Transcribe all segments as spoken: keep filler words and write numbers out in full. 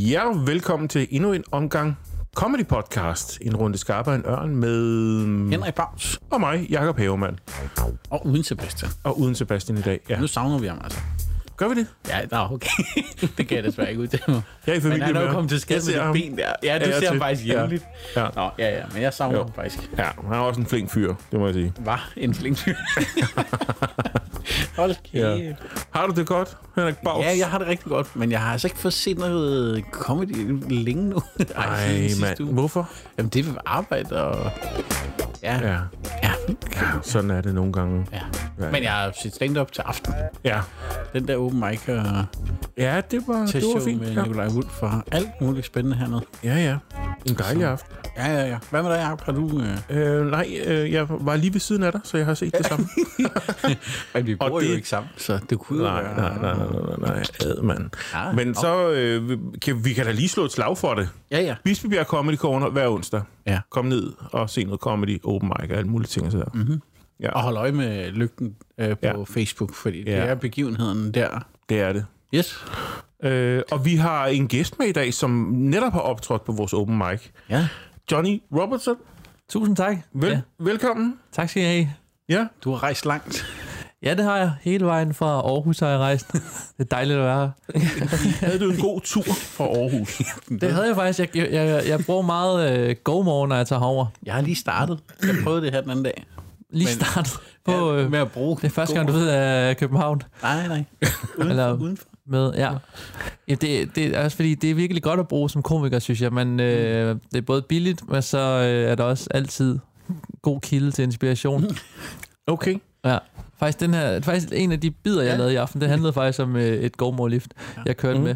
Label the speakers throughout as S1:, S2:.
S1: Ja, velkommen til endnu en omgang Comedy Podcast. En runde skarpere end ørn med
S2: Henrik Bavs
S1: og mig, Jakob Havemann.
S2: Og uden Sebastian.
S1: Og uden Sebastian i dag, ja.
S2: Nu savner vi ham altså.
S1: Gør vi det?
S2: Ja, der er okay. Det kan jeg desværre ikke udtale mig.
S1: Jeg er i familie
S2: men han er jo
S1: med
S2: kommet til skade med det ben der. Ja, du
S1: ja,
S2: ser ham faktisk jævnligt.
S1: Ja. Ja.
S2: Nå, ja, ja, men jeg savner jo. ham faktisk.
S1: Ja, han er også en flink fyr, det må jeg sige.
S2: Var en flink fyr. Hold kæft. Ja.
S1: Har du det godt, Henrik Bavs?
S2: Ja, jeg har det rigtig godt, men jeg har altså ikke fået set noget comedy længe nu.
S1: Ej, mand. Hvorfor?
S2: Jamen, det er arbejde og... Ja.
S1: Ja.
S2: Ja.
S1: Ja, sådan er det nogle gange.
S2: Ja. Ja. Men jeg har set stand-up til aften.
S1: Ja.
S2: Den der open mic og...
S1: Ja, det var, det var fint.
S2: med
S1: ja.
S2: Nikolaj Wulff for alt muligt spændende hernede.
S1: Ja, ja. En dejlig aften.
S2: Ja, ja, ja. Hvad med dig, Jacob? Har du... Øh...
S1: Øh, nej, øh, jeg var lige ved siden af dig, så jeg har set det samme.
S2: Men vi bor
S1: og
S2: jo
S1: det...
S2: ikke sammen, så det kunne
S1: nej,
S2: jo være...
S1: Nej, nej, nej, nej, nej, ad, mand.
S2: Ja,
S1: Men
S2: okay.
S1: så, øh, kan, vi kan da lige slå et slag for det.
S2: Ja, ja.
S1: Bispebjerg Comedy Corner hver onsdag.
S2: Ja.
S1: Kom ned og se noget comedy, open mic og alle mulige ting. Så der.
S2: Mm-hmm.
S1: Ja.
S2: Og hold øje med lygten øh, på
S1: ja.
S2: Facebook, fordi det
S1: ja.
S2: er begivenheden der.
S1: Det er det.
S2: Yes.
S1: Øh, og vi har en gæst med i dag, som netop har optrådt på vores open mic.
S2: Ja.
S1: Johnny Robertson.
S3: Tusind tak.
S1: Vel-
S3: ja.
S1: Velkommen.
S3: Tak skal I have.
S1: Ja.
S2: Du har rejst langt.
S3: Ja, det har jeg. Hele vejen fra Aarhus har jeg rejst. Det er dejligt at være her.
S1: Havde du en god tur fra Aarhus?
S3: Det havde jeg faktisk. Jeg, jeg, jeg, jeg bruger meget øh, go-morgen, når jeg tager herover.
S2: Jeg har lige startet. Jeg prøvede det her den anden dag.
S3: Lige Men, startet på...
S2: Ja, med at bruge...
S3: Det er første gang, du ved af København.
S2: Nej, nej. Uden,
S3: Eller,
S2: udenfor.
S3: Med, ja. ja det, det er også fordi, det er virkelig godt at bruge som komiker, synes jeg. Men øh, det er både billigt, men så øh, er der også altid god kilde til inspiration.
S1: Okay.
S3: Ja. Faktisk, den her, faktisk en af de bidder, jeg ja. lavede i aften, det handlede faktisk om øh, et go-more-lift, ja. jeg kørte mm. med.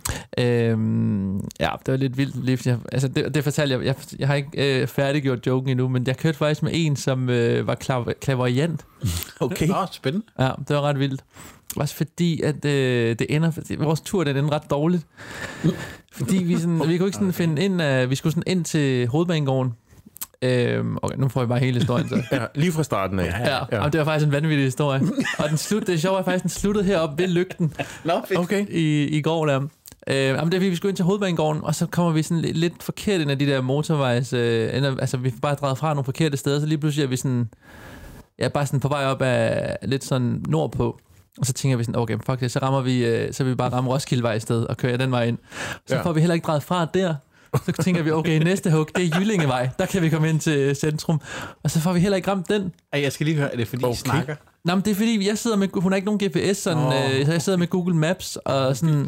S3: Øhm, ja, det var lidt vildt lift. Jeg, altså, det, det fortalte jeg. Jeg, jeg har ikke øh, færdiggjort joken endnu, men jeg kørte faktisk med en, som øh, var klav- klaverjant.
S1: Okay.
S2: Nå, spændende.
S3: Ja, det var ret vildt. Også fordi, at øh, det ender... Vores tur, den ender ret dårligt. Fordi vi, sådan, vi kunne ikke sådan finde ind... Uh, vi skulle sådan ind til Hovedbanegården. Øhm, okay, nu får vi bare hele historien så.
S1: Ja, lige fra starten af.
S3: Ja, ja. Og det var faktisk en vanvittig historie. Og den slut, det sjove er faktisk, den sluttede heroppe ved lygten.
S2: Nå, fedt.
S3: Okay. I, i går der. Øh, jamen det er fordi, vi skulle ind til Hovedbanegården, og så kommer vi sådan lidt, lidt forkert ind af de der motorvejs... Øh, ender, altså, vi får bare drejet fra nogle forkerte steder, så lige pludselig er vi sådan... Ja, bare sådan på vej op af lidt sådan nordpå. Og så tænker vi sådan, okay, fuck det, så rammer vi, øh, så vil vi bare ramme Roskildevej i stedet og kører den vej ind. Så ja. får vi heller ikke drejet fra der. Så tænker vi, okay, næste hug, det er Jyllingevej. Der kan vi komme ind til centrum. Og så får vi heller ikke ramt den.
S2: Ej, jeg skal lige høre, er det fordi, okay. I snakker?
S3: Nå, men det er fordi, jeg sidder med, hun har ikke nogen G P S, sådan, oh. øh, så jeg sidder med Google Maps og sådan...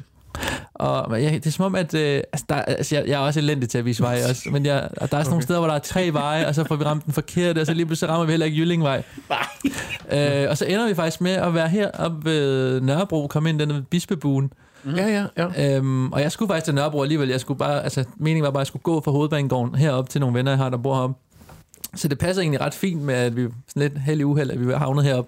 S3: Og jeg, det er som om, at øh, altså, der, altså, jeg, jeg er også elendig til at vise veje også, men jeg, der er sådan okay. nogle steder, hvor der er tre veje, og så får vi ramt den forkerte, og så lige pludselig rammer vi heller ikke Jyllingevej. Nej. Øh, og så ender vi faktisk med at være her oppe ved Nørrebro, komme ind dernede ved Bispebuen.
S1: Mm. Ja, ja, ja.
S3: Øhm, og jeg skulle faktisk til Nørrebro alligevel. Jeg skulle bare, altså, meningen var bare, at jeg skulle gå fra Hovedbanegården herop til nogle venner, jeg har, der bor heroppe. Så det passer egentlig ret fint med, at vi sådan lidt heldig uheld, at vi var havnet heroppe.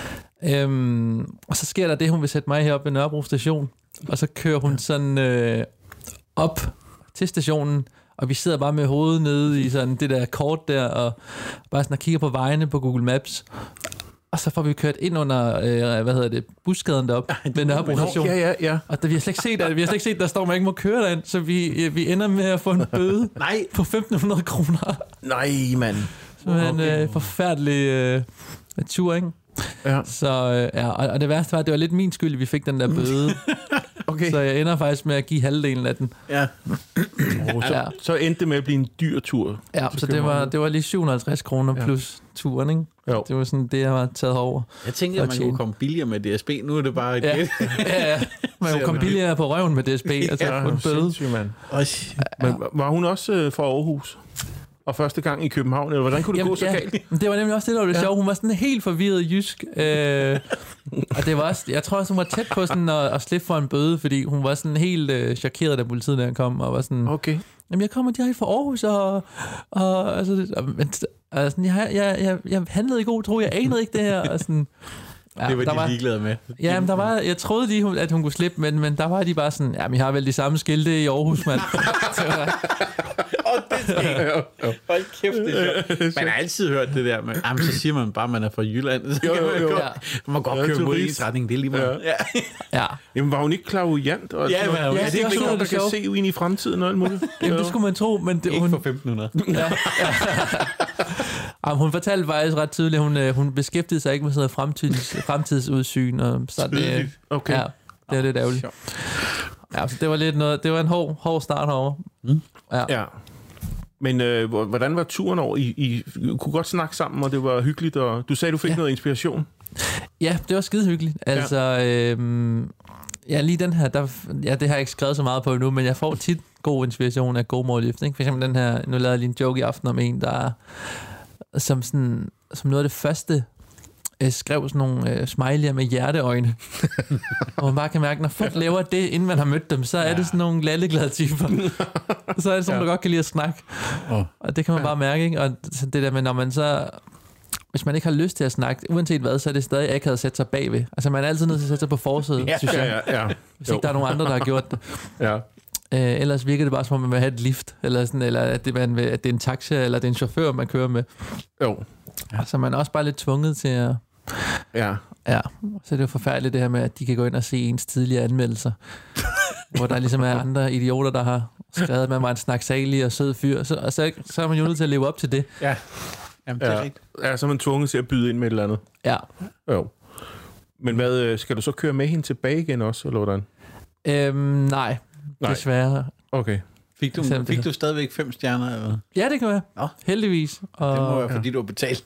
S3: Øhm, og så sker der det, hun vil sætte mig heroppe ved Nørrebro station. Og så kører hun sådan øh, op til stationen, og vi sidder bare med hovedet nede i sådan det der kort der, og bare sådan og kigger på vejene på Google Maps. Og så får vi kørt ind under, øh, hvad hedder det, busgaden deroppe ved Nørrebro station.
S1: Ja, ja, ja.
S3: Og der, vi har slet ikke set, at vi har slet ikke set, der står, man ikke må køre derind, så vi, vi ender med at få en bøde
S2: Nej.
S3: på femten hundrede kroner.
S1: Nej, mand.
S3: Så det er en øh, forfærdelig øh, tur, ikke?
S1: Ja.
S3: Så, øh, ja, og, og det værste var, at det var lidt min skyld, at vi fik den der bøde. Okay. Så jeg ender faktisk med at give halvdelen af den.
S2: Ja.
S1: Oh, så, ja. så endte det med at blive en dyr tur.
S3: Ja, så det var, det var lige syv hundrede og halvtreds kroner plus ja. turen, ikke?
S1: Jo.
S3: Det var sådan det, jeg var taget over.
S2: Jeg tænkte, at man kunne komme billigere med D S B. Nu er det bare et
S3: ja. ja, ja. Man kunne komme billigere på røven med D S B. Altså
S1: ja,
S3: på en bøde.
S1: Men var hun også øh, fra Aarhus? Og første gang i København, eller hvordan kunne det
S3: Jamen,
S1: gå så
S3: ja,
S1: galt?
S3: Det var nemlig også det, der var det ja. sjove. Hun var sådan helt forvirret jysk. Øh, og det var også, jeg tror også, hun var tæt på sådan at, at slippe for en bøde, fordi hun var sådan helt øh, chokeret, da politiet der kom, og var sådan,
S1: okay.
S3: Jamen, jeg kommer direkte fra Aarhus, og, og altså, og, og sådan, jeg, jeg, jeg, jeg handlede i god tro, jeg anede ikke det her, og sådan...
S2: Ja, det var de var, ligeglade med.
S3: Ja, men der var, jeg troede lige, at hun kunne slippe, men, men der var de bare sådan, jamen, jeg har vel de samme skilte i Aarhus, mand.
S2: det skal hold kæft, det er sjovt. Man har altid hørt det der med, jamen, så siger man bare, at man er fra Jylland. Så
S1: Jo, jo, jo.
S2: man,
S3: Ja.
S2: man må godt
S1: Ja,
S2: køre mod
S1: turist.
S2: ensretning, det er lige meget. Ja.
S3: Ja.
S1: Jamen, var hun ikke klaverjant? Og
S2: Ja,
S1: sådan noget?
S2: men-
S1: er
S2: ja,
S1: det
S3: det er
S1: ikke
S3: også
S1: sådan,
S3: noget,
S1: der
S3: der
S1: kan
S3: er
S1: se ind i fremtiden og alt muligt?
S3: Jamen, det skulle man tro, men det,
S2: Ikke
S3: hun,
S2: for femten hundrede.
S3: ja, ja. Jamen, hun fortalte faktisk ret tydeligt, at hun, øh, hun beskæftigede sig ikke med sådan noget fremtids, fremtidsudsyn. Og så det,
S1: Tydeligt. Okay.
S3: ja, det er lidt ærgerligt. Ja, så det var lidt noget, det var en hård, hård start herovre.
S2: Mm.
S3: Ja.
S1: Ja. Men øh, hvor- hvordan var turen over? I, I kunne godt snakke sammen, og det var hyggeligt, og du sagde, du fik
S3: Ja.
S1: noget inspiration.
S3: Ja, det var skide hyggeligt. Altså, ja. Øhm, ja, lige den her, der, ja, det har jeg ikke skrevet så meget på endnu, men jeg får tit god inspiration af god morgenlift. Ikke? For eksempel den her, nu lavede jeg lige en joke i aften om en, der som, sådan, som noget af det første øh, skrev sådan nogle øh, smiley'er med hjerteøjne. Og man bare kan mærke, når folk laver det, inden man har mødt dem, så er ja. det sådan nogle lalleglade typer. Så er det sådan, ja. der godt kan lide at snakke.
S2: Oh.
S3: Og det kan man ja. bare mærke, ikke? Og så det der med, når man så... Hvis man ikke har lyst til at snakke, uanset hvad, så er det stadig ikke at sætte sig bagved. Altså, man er altid nødt til at sætte sig på forsiden,
S2: Ja.
S3: synes jeg.
S1: Ja, ja, ja.
S3: Hvis ikke der er nogen andre, der har gjort det.
S1: Ja.
S3: Øh, ellers virker det bare, som om man vil have et lift, eller, sådan, eller at, det, man vil, at det er en taxa, eller det er en chauffør, man kører med.
S1: Jo.
S3: Ja. Så man er også bare lidt tvunget til at...
S1: Ja.
S3: Ja, så er det jo forfærdeligt det her med, at de kan gå ind og se ens tidligere anmeldelser. Hvor der ligesom er andre idioter, der har skrevet, at man var en snaksalig og sød fyr. Så, og så, så er man jo nødt til at leve op til det.
S2: Ja. Jamen, det er
S1: Ja.
S2: rigtigt.
S1: Ja, så er man tvunget til at byde ind med et eller andet.
S3: Ja.
S1: Jo. Men hvad, øh, skal du så køre med hende tilbage igen også, eller hvordan?
S3: Øhm, nej,
S1: Nej.
S3: desværre.
S1: Okay.
S2: Fik du,
S3: Selvom det-
S2: fik du stadigvæk fem stjerner? Eller?
S3: Ja, det kan være.
S2: Nå.
S3: Heldigvis. Og,
S2: Det må være, fordi du har betalt.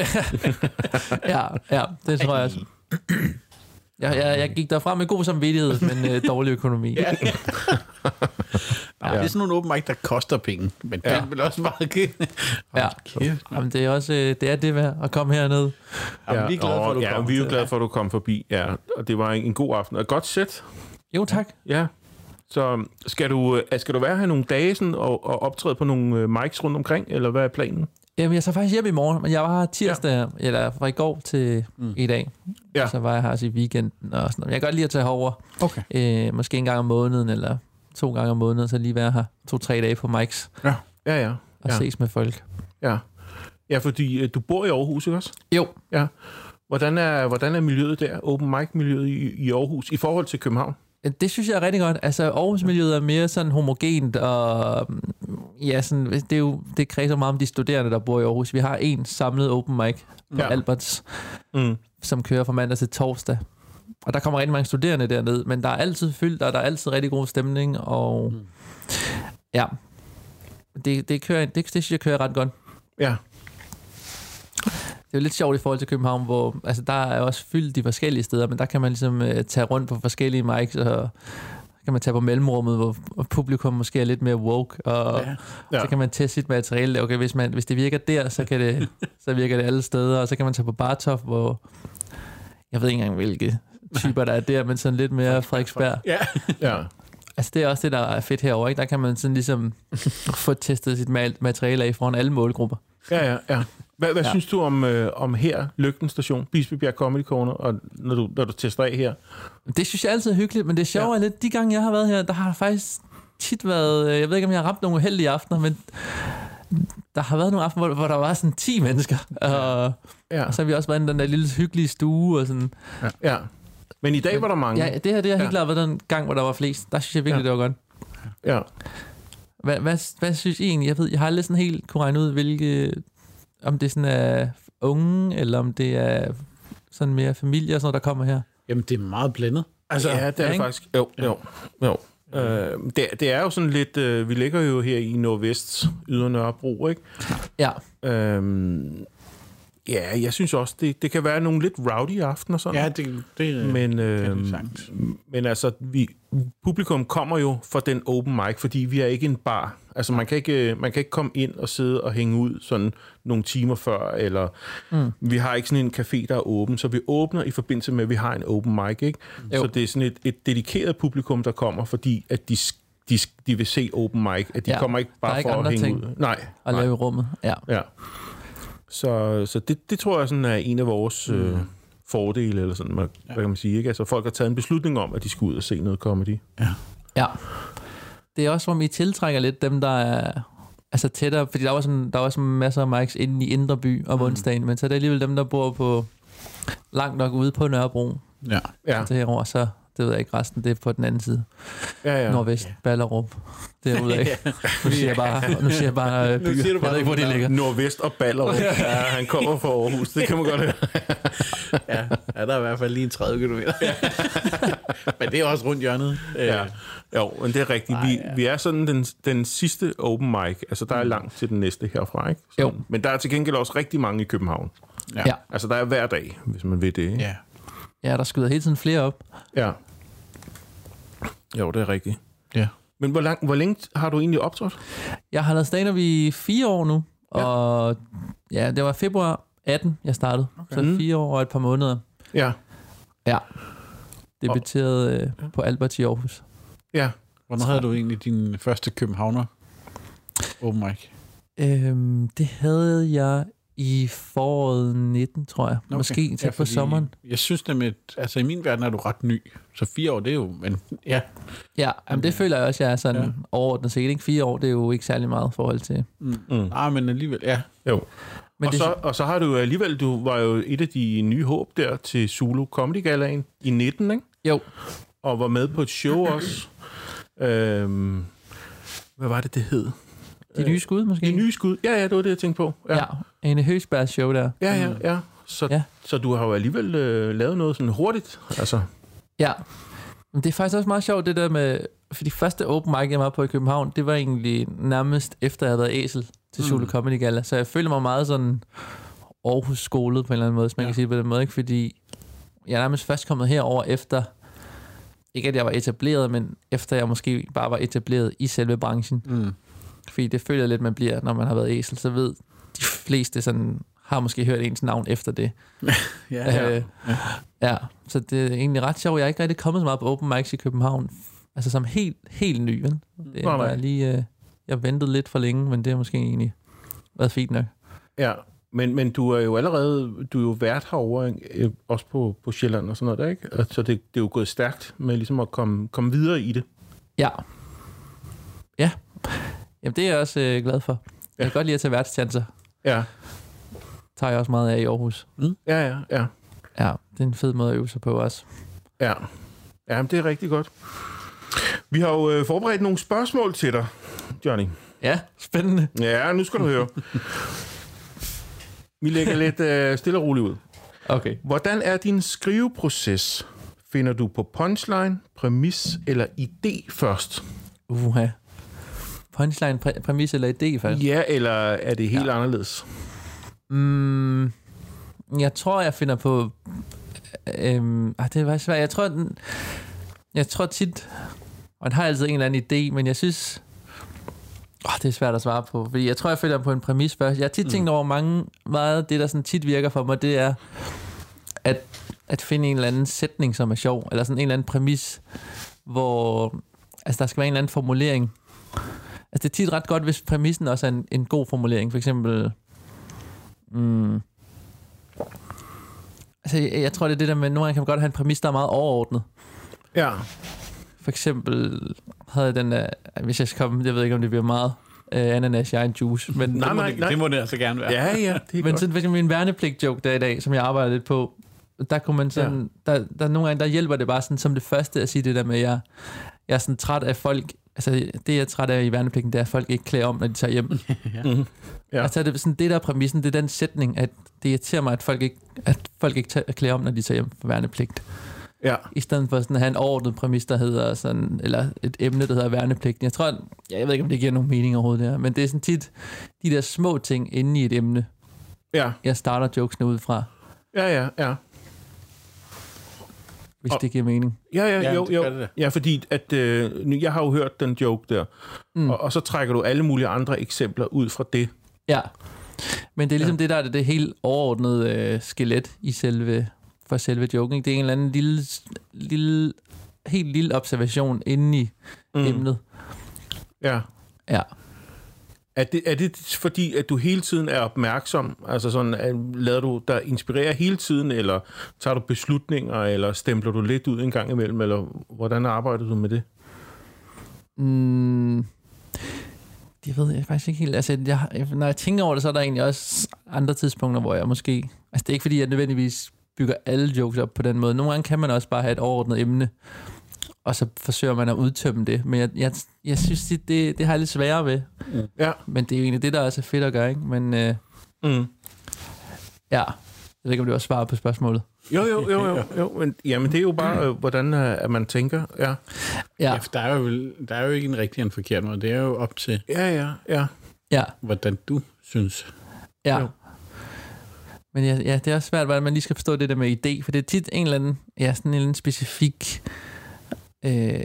S3: ja, ja, det tror jeg også. Jeg, jeg, jeg gik derfra med god samvittighed, men øh, dårlig økonomi.
S2: Ja. Nå,
S1: Ja.
S2: Det er sådan nogle open mic, der koster penge. Men
S1: Ja.
S2: ja. det vil også meget give.
S3: Ja.
S2: Kæft,
S3: Jamen, det er også øh, det er det værd at komme herned.
S2: Jamen, vi er glade for,
S1: og,
S2: at du
S1: ja,
S2: kommer.
S1: vi er jo glade for, at du kom forbi. Ja, og det var en, en god aften. Og et godt sæt.
S3: Jo, tak.
S1: Ja. Så skal du, øh, skal du være her nogle dage sådan, og, og optræde på nogle øh, mics rundt omkring, eller hvad er planen?
S3: Jamen, jeg er så faktisk hjem i morgen, men jeg var her tirsdag, ja. eller fra i går til mm. i dag.
S1: Ja.
S3: Så var jeg her også i weekenden og sådan noget. Jeg kan godt lide at tage herover.
S2: Okay.
S3: Øh, måske en gang om måneden, eller to gange om måneden, så lige være her to-tre dage på mics
S1: Ja, ja.
S3: og
S1: ja.
S3: ses med folk.
S1: Ja, ja fordi øh, du bor i Aarhus, ikke også?
S3: Jo.
S1: Ja. Hvordan er, hvordan er miljøet der, open mic-miljøet i, i Aarhus, i forhold til København?
S3: Det synes jeg er rigtig godt. Altså, Aarhus-miljøet er mere sådan homogent, og ja, sådan, det er jo det kredser meget om de studerende, der bor i Aarhus. Vi har en samlet open mic på
S1: Ja.
S3: Alberts,
S1: Mm.
S3: som kører fra mandag til torsdag. Og der kommer rigtig mange studerende derned, men der er altid fyldt, og der er altid rigtig god stemning, og mm. ja, det, det, kører, det, det synes jeg kører ret godt.
S1: Ja.
S3: Det er jo lidt sjovt i forhold til København, hvor altså, der er også fyldt de forskellige steder, men der kan man ligesom uh, tage rundt på forskellige mics, og kan man tage på mellemrummet, hvor publikum måske er lidt mere woke, og
S2: Ja.
S1: Ja.
S3: så kan man teste sit materiale. Okay, hvis, man, hvis det virker der, så, kan det, så virker det alle steder, og så kan man tage på Bartov, hvor jeg ved ikke engang, hvilke typer der er der, men sådan lidt mere Frederiksberg.
S2: Ja.
S1: Ja.
S3: Altså, det er også det, der er fedt herovre, ikke? Der kan man sådan ligesom få testet sit ma- materiale af foran alle målgrupper.
S1: Ja, ja, ja. Hvad, hvad
S3: Ja.
S1: ja. synes du om, øh, om her, Lygten Station, Bispebjerg Comedy Corner, og når du, når du tester af her?
S3: Det synes jeg altid er hyggeligt, men det sjove
S1: Ja.
S3: er lidt, de gange jeg har været her, der har faktisk tit været, øh, jeg ved ikke om jeg har ramt nogle uheldige aftener, men der har været nogle aftener, hvor, hvor der var sådan ti mennesker, og,
S1: Ja.
S3: og så har vi også været i den der lille hyggelige stue og sådan.
S1: Ja. Men i dag var der mange.
S3: Ja, det her det har helt
S1: Ja.
S3: klart været den gang, hvor der var flest. Der synes jeg virkelig,
S1: Ja.
S3: det var godt.
S1: Ja.
S3: Hvad, hvad, hvad synes I egentlig? Jeg ved, jeg har aldrig sådan helt kunne regne ud, hvilke, om det sådan er unge, eller om det er sådan mere familie og sådan noget, der kommer her.
S2: Jamen, det er meget blandet.
S1: Altså, ja, det er
S3: ja,
S1: det
S3: ikke?
S1: faktisk. Jo, jo, jo. Øh, det, det er jo sådan lidt, øh, vi ligger jo her i Nordvest, Ydre Nørrebro, ikke?
S3: Ja,
S1: Øhm, ja, jeg synes også, det, det kan være nogle lidt rowdy aftener sådan.
S2: Ja, det, det
S1: Men,
S2: kan
S1: øh,
S2: det sagtens.
S1: men altså, vi, publikum kommer jo fra den open mic, fordi vi er ikke en bar. Altså, man kan ikke, man kan ikke komme ind og sidde og hænge ud sådan nogle timer før, eller mm. vi har ikke sådan en café, der er åben, så vi åbner i forbindelse med, at vi har en open mic, ikke?
S3: Jo.
S1: Så det er sådan et, et dedikeret publikum, der kommer, fordi at de, de, de vil se open mic, at de
S3: Ja,
S1: kommer ikke
S3: der er
S1: bare
S3: ikke
S1: for at
S3: andre
S1: hænge
S3: ting
S1: ud. Nej,
S3: og
S1: nej.
S3: lave i rummet. Ja.
S1: Ja. Så, så det, det tror jeg sådan er en af vores mm. øh, fordele, eller sådan, hvad, ja. hvad kan man sige, ikke? Altså folk har taget en beslutning om, at de skal ud og se noget comedy.
S2: Ja.
S3: Ja. Det er også, hvor vi tiltrækker lidt dem, der er altså tættere, fordi der var sådan, der var sådan masser af mics inde i Indre By om mm. onsdagen, men så er det alligevel dem, der bor på langt nok ude på Nørrebro.
S2: Ja.
S3: Ja. Så herover, så det ved jeg ikke, resten det er på den anden side.
S1: Ja, ja.
S3: Nordvest, Ballerup, derudaf. Nu siger jeg bare, nu siger jeg bare uh, byer.
S2: Nu siger du bare,
S3: jeg ved ikke, hvor de ligger.
S1: Nordvest og Ballerup. Ja, han kommer fra Aarhus, det kan man godt høre.
S2: ja, ja, der er i hvert fald lige en tredive kilometer. Men det er også rundt hjørnet.
S1: Ja. Jo, men det er rigtigt. Vi,
S2: Ej, ja.
S1: vi er sådan den, den sidste open mic. Altså, der er langt til den næste herfra, ikke?
S3: Jo.
S1: Men der er til gengæld også rigtig mange i København.
S2: Ja.
S3: Ja.
S1: Altså, der er hver dag, hvis man vil det, ikke?
S2: Ja.
S3: Ja, der skyder hele tiden flere op.
S1: Ja. Jo, det er rigtigt.
S2: Ja.
S1: Men hvor, lang, hvor længe har du egentlig optrådt?
S3: Jeg har lavet stand-up i fire år nu, og ja, det var februar atten, jeg startede. Okay. Så fire år og et par måneder.
S1: Ja.
S3: Ja. Debuterede øh, på Albert i Aarhus.
S1: Ja.
S2: Hvornår havde du egentlig din første københavner open mic?
S3: Øhm, det havde jeg i foråret nitten, tror jeg. Okay. Måske til ja, på sommeren.
S2: Jeg synes nemlig, altså i min verden er du ret ny. Så fire år, det er jo... Men, ja,
S3: Ja, jamen, det føler jeg også, jeg er sådan ja. overordnet set. Ikke? Fire år, det er jo ikke særlig meget i forhold til...
S2: Mm. Mm. Ah, men alligevel, ja.
S1: Jo.
S3: Men
S1: og,
S3: det...
S1: så, og så har du jo alligevel, du var jo et af de nye håb der til Zulu Comedy Galaen i nitten, ikke?
S3: Jo.
S1: Og var med på et show også. Øhm, hvad var det, det hed?
S3: De nye skud, måske?
S1: De nye skud, ja, ja, det var det, jeg tænkte på.
S3: Ja, ja Ane Høgsbergs show der.
S1: Ja, ja, ja. Så, ja. så du har jo alligevel øh, lavet noget sådan hurtigt, altså.
S3: Ja, men det er faktisk også meget sjovt, det der med... For de første open mic, jeg var på i København, det var egentlig nærmest efter, jeg havde været æsel til Zulu mm. Comedy Gala. Så jeg føler mig meget sådan Aarhus-skolet på en eller anden måde, hvis man ja. kan sige på den måde. Ikke? Fordi jeg er nærmest først kommet herover efter... Ikke at jeg var etableret, men efter jeg måske bare var etableret i selve branchen. Mm. Fordi det føler jeg lidt, man bliver, når man har været æsel. Så ved de fleste sådan... har måske hørt ens navn efter det.
S2: ja, ja.
S3: Øh, ja. ja, så det er egentlig ret sjovt. Jeg er ikke rigtig kommet så meget på open mics i København. Altså som helt, helt ny, vel? Det er bare lige... Øh, jeg ventede lidt for længe, men det har måske egentlig været fint nok.
S1: Ja, men, men du er jo allerede... Du er jo vært herovre, ikke? Også på, på Sjælland og sådan noget der, ikke? Så det, det er jo gået stærkt med ligesom at komme, komme videre i det.
S3: Ja. Ja. Jamen, det er jeg også øh, glad for. Jeg kan ja. godt lide at tage værtschancer.
S1: Ja.
S3: Tager jeg også meget af i Aarhus.
S1: Mm. Ja, ja, ja.
S3: Ja, det er en fed måde at øve sig på også.
S1: Ja, ja, det er rigtig godt. Vi har jo øh, forberedt nogle spørgsmål til dig, Johnny.
S3: Ja, spændende.
S1: Ja, nu skal du høre. Vi lægger lidt øh, stille og roligt ud.
S3: Okay.
S1: Hvordan er din skriveproces? Finder du på punchline, præmis eller idé først?
S3: Uha. Punchline, præ- præmis eller idé først?
S1: Ja, eller er det helt ja. anderledes?
S3: Mm, jeg tror, jeg finder på... Øhm, ah, det er faktisk svært. Jeg tror, den, jeg tror tit... Og den har altid en eller anden idé, men jeg synes... Oh, det er svært at svare på, fordi jeg tror, jeg finder på en præmis først. Jeg har tit mm. tænkt over mange... Meget det, der sådan tit virker for mig, det er at, at finde en eller anden sætning, som er sjov. Eller sådan en eller anden præmis, hvor... Altså, der skal være en eller anden formulering. Altså, det er tit ret godt, hvis præmissen også er en, en god formulering. For eksempel... Mm. Altså, jeg, jeg tror, det er det der med, nogle gange kan man godt have en præmis, der er meget overordnet.
S1: Ja.
S3: For eksempel havde jeg den der, hvis jeg skal komme, jeg ved ikke, om det bliver meget øh, ananas i egen juice, men
S2: nej,
S3: det,
S2: nej, nej. det må det altså gerne være.
S1: Ja, ja, det er
S3: men sådan, for eksempel min værnepligt-joke der i dag, som jeg arbejder lidt på, der kunne man sådan, ja. der, der nogle gange, der hjælper det bare sådan, som det første at sige det der med, at jeg, jeg er sådan træt af folk, altså det jeg er træt af i værnepligten, det er, at folk ikke klæder om, når de tager hjem.
S2: ja. Mm-hmm.
S3: Ja. Altså det er sådan det der præmissen, det er den sætning, at det irriterer mig, at folk ikke, at folk ikke tager, klæder om, når de tager hjem for værnepligt.
S1: Ja.
S3: I stedet for sådan at have en overordnet præmis, der hedder sådan, eller et emne, der hedder værnepligten. Jeg tror, jeg ved ikke, om det giver nogen mening overhovedet der, men det er sådan tit de der små ting inde i et emne,
S1: ja.
S3: jeg starter jokesene ud fra.
S1: Ja, ja, ja.
S3: Hvis og, det giver mening.
S1: Ja, ja,
S2: ja
S1: jo, jo. Det det. Ja, fordi at, øh, jeg har jo hørt den joke der, mm. og, og så trækker du alle mulige andre eksempler ud fra det.
S3: Ja, men det er ligesom ja. det der, det, det helt overordnede øh, skelet i selve, for selve joken. Det er en eller anden lille, lille, helt lille observation inde i mm. emnet.
S1: Ja.
S3: Ja.
S1: Er det, er det fordi, at du hele tiden er opmærksom? Altså sådan, at lader du dig inspirere hele tiden, eller tager du beslutninger, eller stempler du lidt ud en gang imellem, eller hvordan arbejder du med det?
S3: Mm, det ved jeg faktisk ikke helt. Altså, jeg, når jeg tænker over det, så er der egentlig også andre tidspunkter, hvor jeg måske... Altså, det er ikke fordi, jeg nødvendigvis bygger alle jokes op på den måde. Nogle gange kan man også bare have et overordnet emne, og så forsøger man at udtømme det. Men jeg, jeg, jeg synes, det, det, det har jeg lidt sværere ved.
S1: Mm. Ja.
S3: Men det er jo egentlig det, der er så fedt at gøre, ikke? Men øh,
S1: mm.
S3: ja, jeg ved ikke, om det var svar på spørgsmålet.
S1: Jo, jo, jo, jo. jo. Men, jamen, det er jo bare, øh, hvordan øh, at man tænker. Ja.
S2: Ja. Ja, for der er, jo, der er jo ikke en rigtig og en forkert måde. Det er jo op til,
S1: ja, ja, ja.
S3: Ja.
S2: hvordan du synes.
S3: Ja.
S1: Jo.
S3: Men ja, ja, det er også svært, hvordan man lige skal forstå det der med idé, for det er tit en eller anden, ja, sådan en eller anden specifik øh,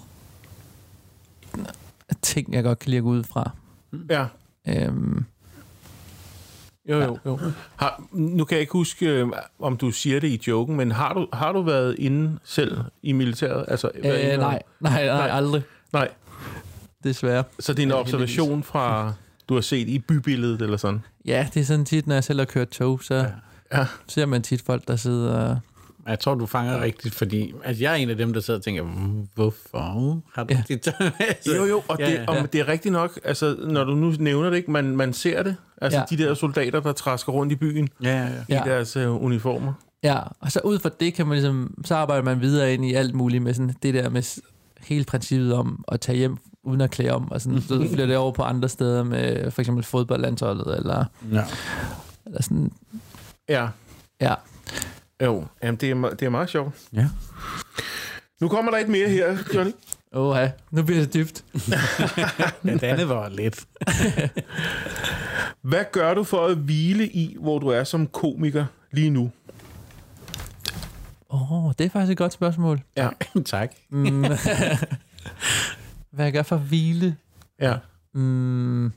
S3: ting, jeg godt kan lide at gå ud fra.
S1: Ja.
S3: Øhm,
S1: Jo, jo, jo. Har, nu kan jeg ikke huske, om du siger det i joken, men har du, har du været inde selv i militæret? Altså,
S3: øh, nej, nej, nej, nej, aldrig.
S1: Nej.
S3: Desværre.
S1: Så det er en
S3: ja,
S1: observation
S3: heldigvis.
S1: fra, du har set i bybilledet eller sådan?
S3: Ja, det er sådan tit, når jeg selv har kørt tog, så
S1: ja. Ja.
S3: ser man tit folk, der sidder...
S2: Jeg tror, du fanger rigtigt, fordi altså, jeg er en af dem, der sidder og tænker, hvorfor har du
S3: ja.
S2: det?
S1: Jo, jo, og,
S2: ja,
S1: det,
S2: ja.
S1: og det er rigtigt nok, altså, når du nu nævner det, ikke, man, man ser det. Altså,
S3: ja.
S1: de der soldater, der træsker rundt i byen
S2: ja, ja, ja.
S1: i deres uh, uniformer.
S3: Ja, og så ud fra det kan man ligesom, så arbejder man videre ind i alt muligt med sådan det der med hele princippet om at tage hjem uden at klæde om, og sådan, så flytter det over på andre steder med for eksempel fodboldlandsholdet, eller, ja. eller sådan.
S1: Ja.
S3: Ja.
S1: Jo, jamen det er, det er meget sjovt.
S2: Ja.
S1: Nu kommer der et mere her, Johnny.
S3: Åh, ja. Nu bliver det dybt.
S2: Ja, det andet var lidt.
S1: Hvad gør du for at hvile i, hvor du er som komiker lige nu?
S3: Åh, oh, det er faktisk et godt spørgsmål.
S1: Ja.
S2: Tak.
S3: Mm. Hvad jeg gør for at hvile?
S1: Ja.
S3: Mm.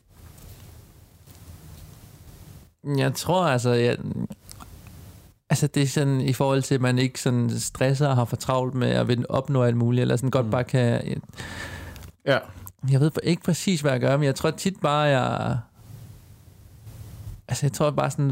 S3: Jeg tror altså, jeg... Altså det er sådan i forhold til, at man ikke sådan stresser og har for travlt med at vinde opnå alt muligt, eller sådan godt mm. bare kan...
S1: Ja.
S3: Jeg ved ikke præcis, hvad jeg gør, men jeg tror tit bare, jeg... Altså jeg tror bare sådan...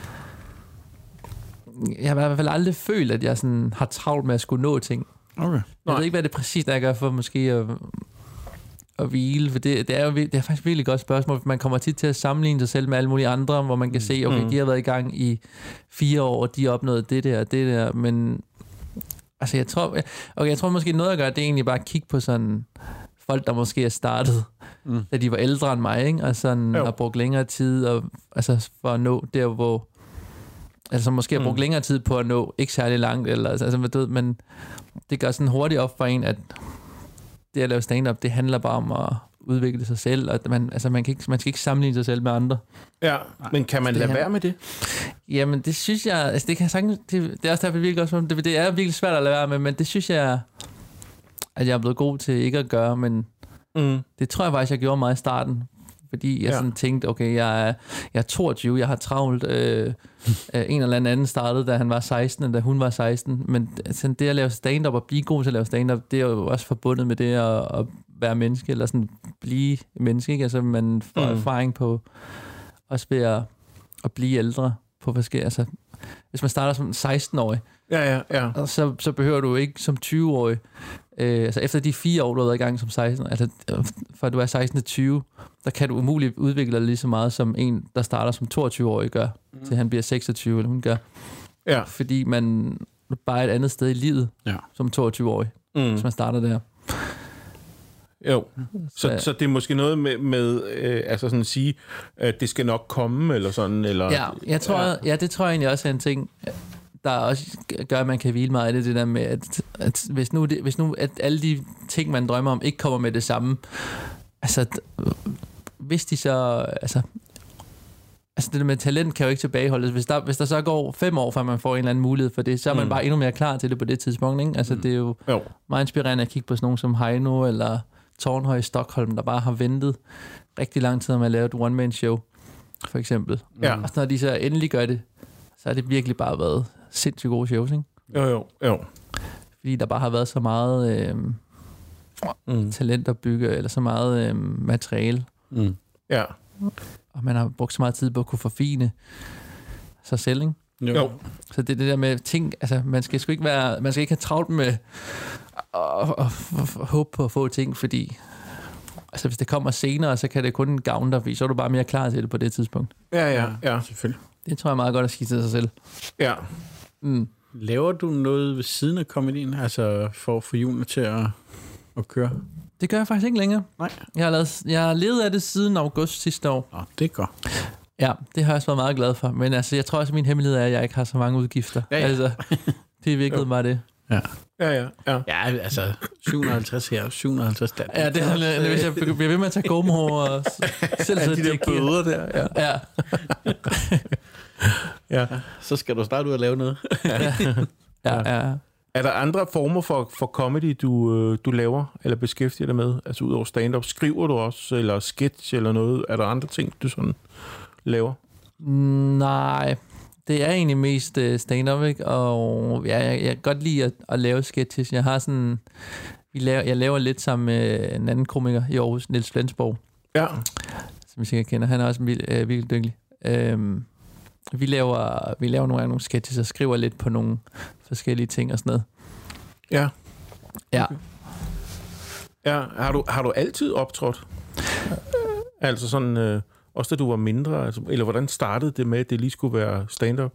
S3: Jeg har i hvert fald aldrig følt, at jeg sådan har travlt med at skulle nå ting.
S2: Okay.
S3: Jeg Nej. ved ikke, hvad det præcis er, jeg gør for måske at, at hvile, for det, det, er jo, det er faktisk et virkelig godt spørgsmål, for man kommer tit til at sammenligne sig selv med alle mulige andre, hvor man kan se, okay, mm. de har været i gang i fire år, og de har opnået det der og det der, men altså jeg tror, okay, jeg tror måske noget at gøre, det er egentlig bare at kigge på sådan folk, der måske er startet, mm. da de var ældre end mig, ikke? Og sådan jo. Har brugt længere tid og, altså for at nå der, hvor altså måske har brugt mm. længere tid på at nå ikke særlig langt, eller, altså, ved, men det gør sådan hurtigt op for en, at det at lave stand-up, det handler bare om at udvikle sig selv, og man, altså man, kan ikke, man skal ikke sammenligne sig selv med andre.
S1: Ja, men kan man lade være med det?
S3: Jamen, det synes jeg, altså det kan sagtens, det, det er også derfor virkelig også, det, det er virkelig svært at lade være med, men det synes jeg, at jeg er blevet god til ikke at gøre, men mm. det tror jeg faktisk, jeg gjorde meget i starten, fordi jeg ja. sådan tænkte, okay, jeg er, jeg er toogtyve, jeg har travlt. Øh, en eller anden startede, da han var seksten, da hun var seksten. Men sådan, det at lave stand-up og blive god til at lave stand-up, det er jo også forbundet med det at, at være menneske, eller sådan blive menneske, ikke? Altså man får mm. erfaring på, også ved at, at blive ældre på forskellige, altså hvis man starter som seksten-årig,
S1: ja, ja, ja.
S3: Så, så behøver du ikke som tyve-årig, øh, altså efter de fire år, du har været i gang som seksten, altså fra du er seksten til tyve, der kan du umuligt udvikle dig lige så meget, som en, der starter som toogtyve-årig gør, mm. til han bliver seksogtyve, eller hun gør.
S1: Ja.
S3: Fordi man bare er et andet sted i livet, ja. Som toogtyve-årig, mm. hvis man starter der.
S1: Jo, så, så, så det er måske noget med, med øh, altså sådan at sige, at det skal nok komme, eller sådan, eller...
S3: Ja, jeg tror, ja. ja, det tror jeg egentlig også er en ting, der også gør, at man kan hvile meget af det, det der med, at, at hvis, nu det, hvis nu at alle de ting, man drømmer om, ikke kommer med det samme, altså, hvis de så, altså, altså det der med talent kan jo ikke tilbageholdes. Hvis der, hvis der så går fem år, før man får en eller anden mulighed for det, så er man mm. bare endnu mere klar til det på det tidspunkt, ikke? Altså, mm. det er jo, jo meget inspirerende at kigge på sådan nogen som Heino, eller Tornhøj i Stockholm, der bare har ventet rigtig lang tid med at lave et one-man-show, for eksempel. Ja. Og når de så endelig gør det, så har det virkelig bare været sindssygt gode shows, ikke?
S1: Jo, jo, jo.
S3: Fordi der bare har været så meget øh, mm. talent at bygge, eller så meget øh, materiale.
S1: Mm. Ja.
S3: Og man har brugt så meget tid på at kunne forfine sig selv, ikke?
S1: Jo. jo.
S3: Så det er det der med ting, altså man skal sgu ikke være, man skal ikke have travlt med at, at, at, at håbe på at få ting, fordi altså hvis det kommer senere, så kan det kun gavne dig, fordi så er du bare mere klar til det på det tidspunkt.
S1: Ja, ja, ja, selvfølgelig.
S3: Det tror jeg er meget godt at skifte til sig selv.
S1: Ja.
S3: Mm.
S2: Laver du noget ved siden af komedien, altså for at få hjulene til at, at køre?
S3: Det gør jeg faktisk ikke længere.
S2: Nej.
S3: Jeg har, lavet, jeg har levet af det siden august sidste år.
S2: Nå, det er godt.
S3: Ja, det har jeg også været meget glad for. Men altså, jeg tror også, at min hemmelighed er, at jeg ikke har så mange udgifter.
S2: Ja, ja.
S3: Altså, det er virkelig bare det.
S2: Ja.
S1: Ja, ja, ja.
S2: Ja, altså syv hundrede og halvtreds her, syv hundrede og halvtreds der.
S3: Ja, det er sådan, hvis jeg bliver ved med at tage Gomo og selv
S1: Ja, de der bøder der. Ja.
S3: Ja.
S1: Ja.
S2: Så skal du starte ud og lave noget.
S3: Ja, ja, ja.
S1: Er der andre former for, for comedy, du, øh, du laver eller beskæftiger dig med? Altså udover stand-up, skriver du også, eller sketch eller noget? Er der andre ting, du sådan laver?
S3: Nej, det er egentlig mest uh, stand-up, ikke? Og ja, jeg, jeg kan godt lide at, at lave sketches. Jeg har sådan... Vi laver, jeg laver lidt sammen med en anden komiker i Aarhus, Niels Flensborg.
S1: Ja.
S3: Som I sikkert kender. Han er også vild, øh, virkelig dygtig. Øhm, vi, laver, vi laver nogle gange nogle sketches og skriver lidt på nogle forskellige ting og sådan noget.
S1: Ja.
S3: Ja.
S1: Ja, har du, har du altid optrådt? Altså sådan, øh, også da du var mindre, altså, eller hvordan startede det med, at det lige skulle være stand-up?